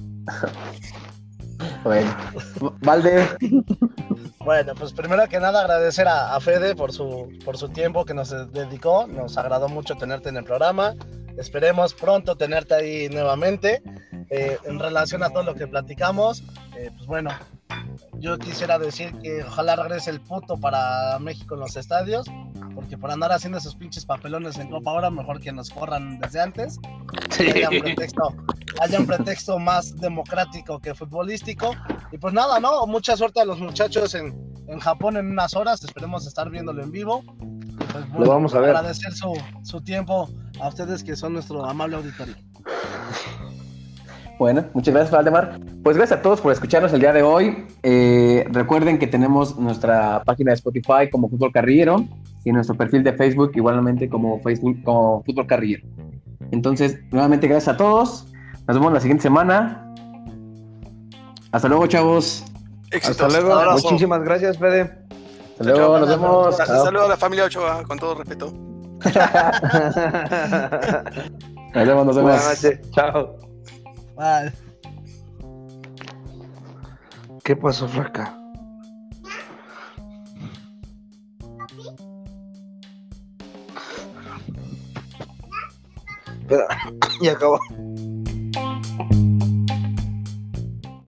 Bueno, Valde.
Bueno, pues primero que nada agradecer a, a Fede por su, por su tiempo que nos dedicó. Nos agradó mucho tenerte en el programa. Esperemos pronto tenerte ahí nuevamente. Eh, en relación a todo lo que platicamos, eh, pues bueno, yo quisiera decir que ojalá regrese el puto para México en los estadios, porque por andar haciendo esos pinches papelones en Copa ahora, mejor que nos corran desde antes.
Sí.
Haya un pretexto, haya un pretexto más democrático que futbolístico. Y pues nada, ¿no? Mucha suerte a los muchachos en, en Japón en unas horas. Esperemos estar viéndolo en vivo. Y pues, bueno,
Lo vamos a ver.
agradecer su, su tiempo a ustedes que son nuestro amable auditorio.
Bueno, muchas gracias, Valdemar. Pues gracias a todos por escucharnos el día de hoy. Eh, recuerden que tenemos nuestra página de Spotify como Fútbol Carrillero y nuestro perfil de Facebook igualmente como Facebook como Fútbol Carrillero. Entonces, nuevamente gracias a todos. Nos vemos la siguiente semana. Hasta luego, chavos.
Éxitos.
Hasta luego.
Abrazo.
Muchísimas gracias, Fede.
Hasta luego, nos vemos.
Gracias, saludos a la familia Ochoa, con todo respeto.
Nos vemos, nos vemos.
Buenas noches. Chao.
Bye.
¿Qué pasó, flaca? Pero, y acabó.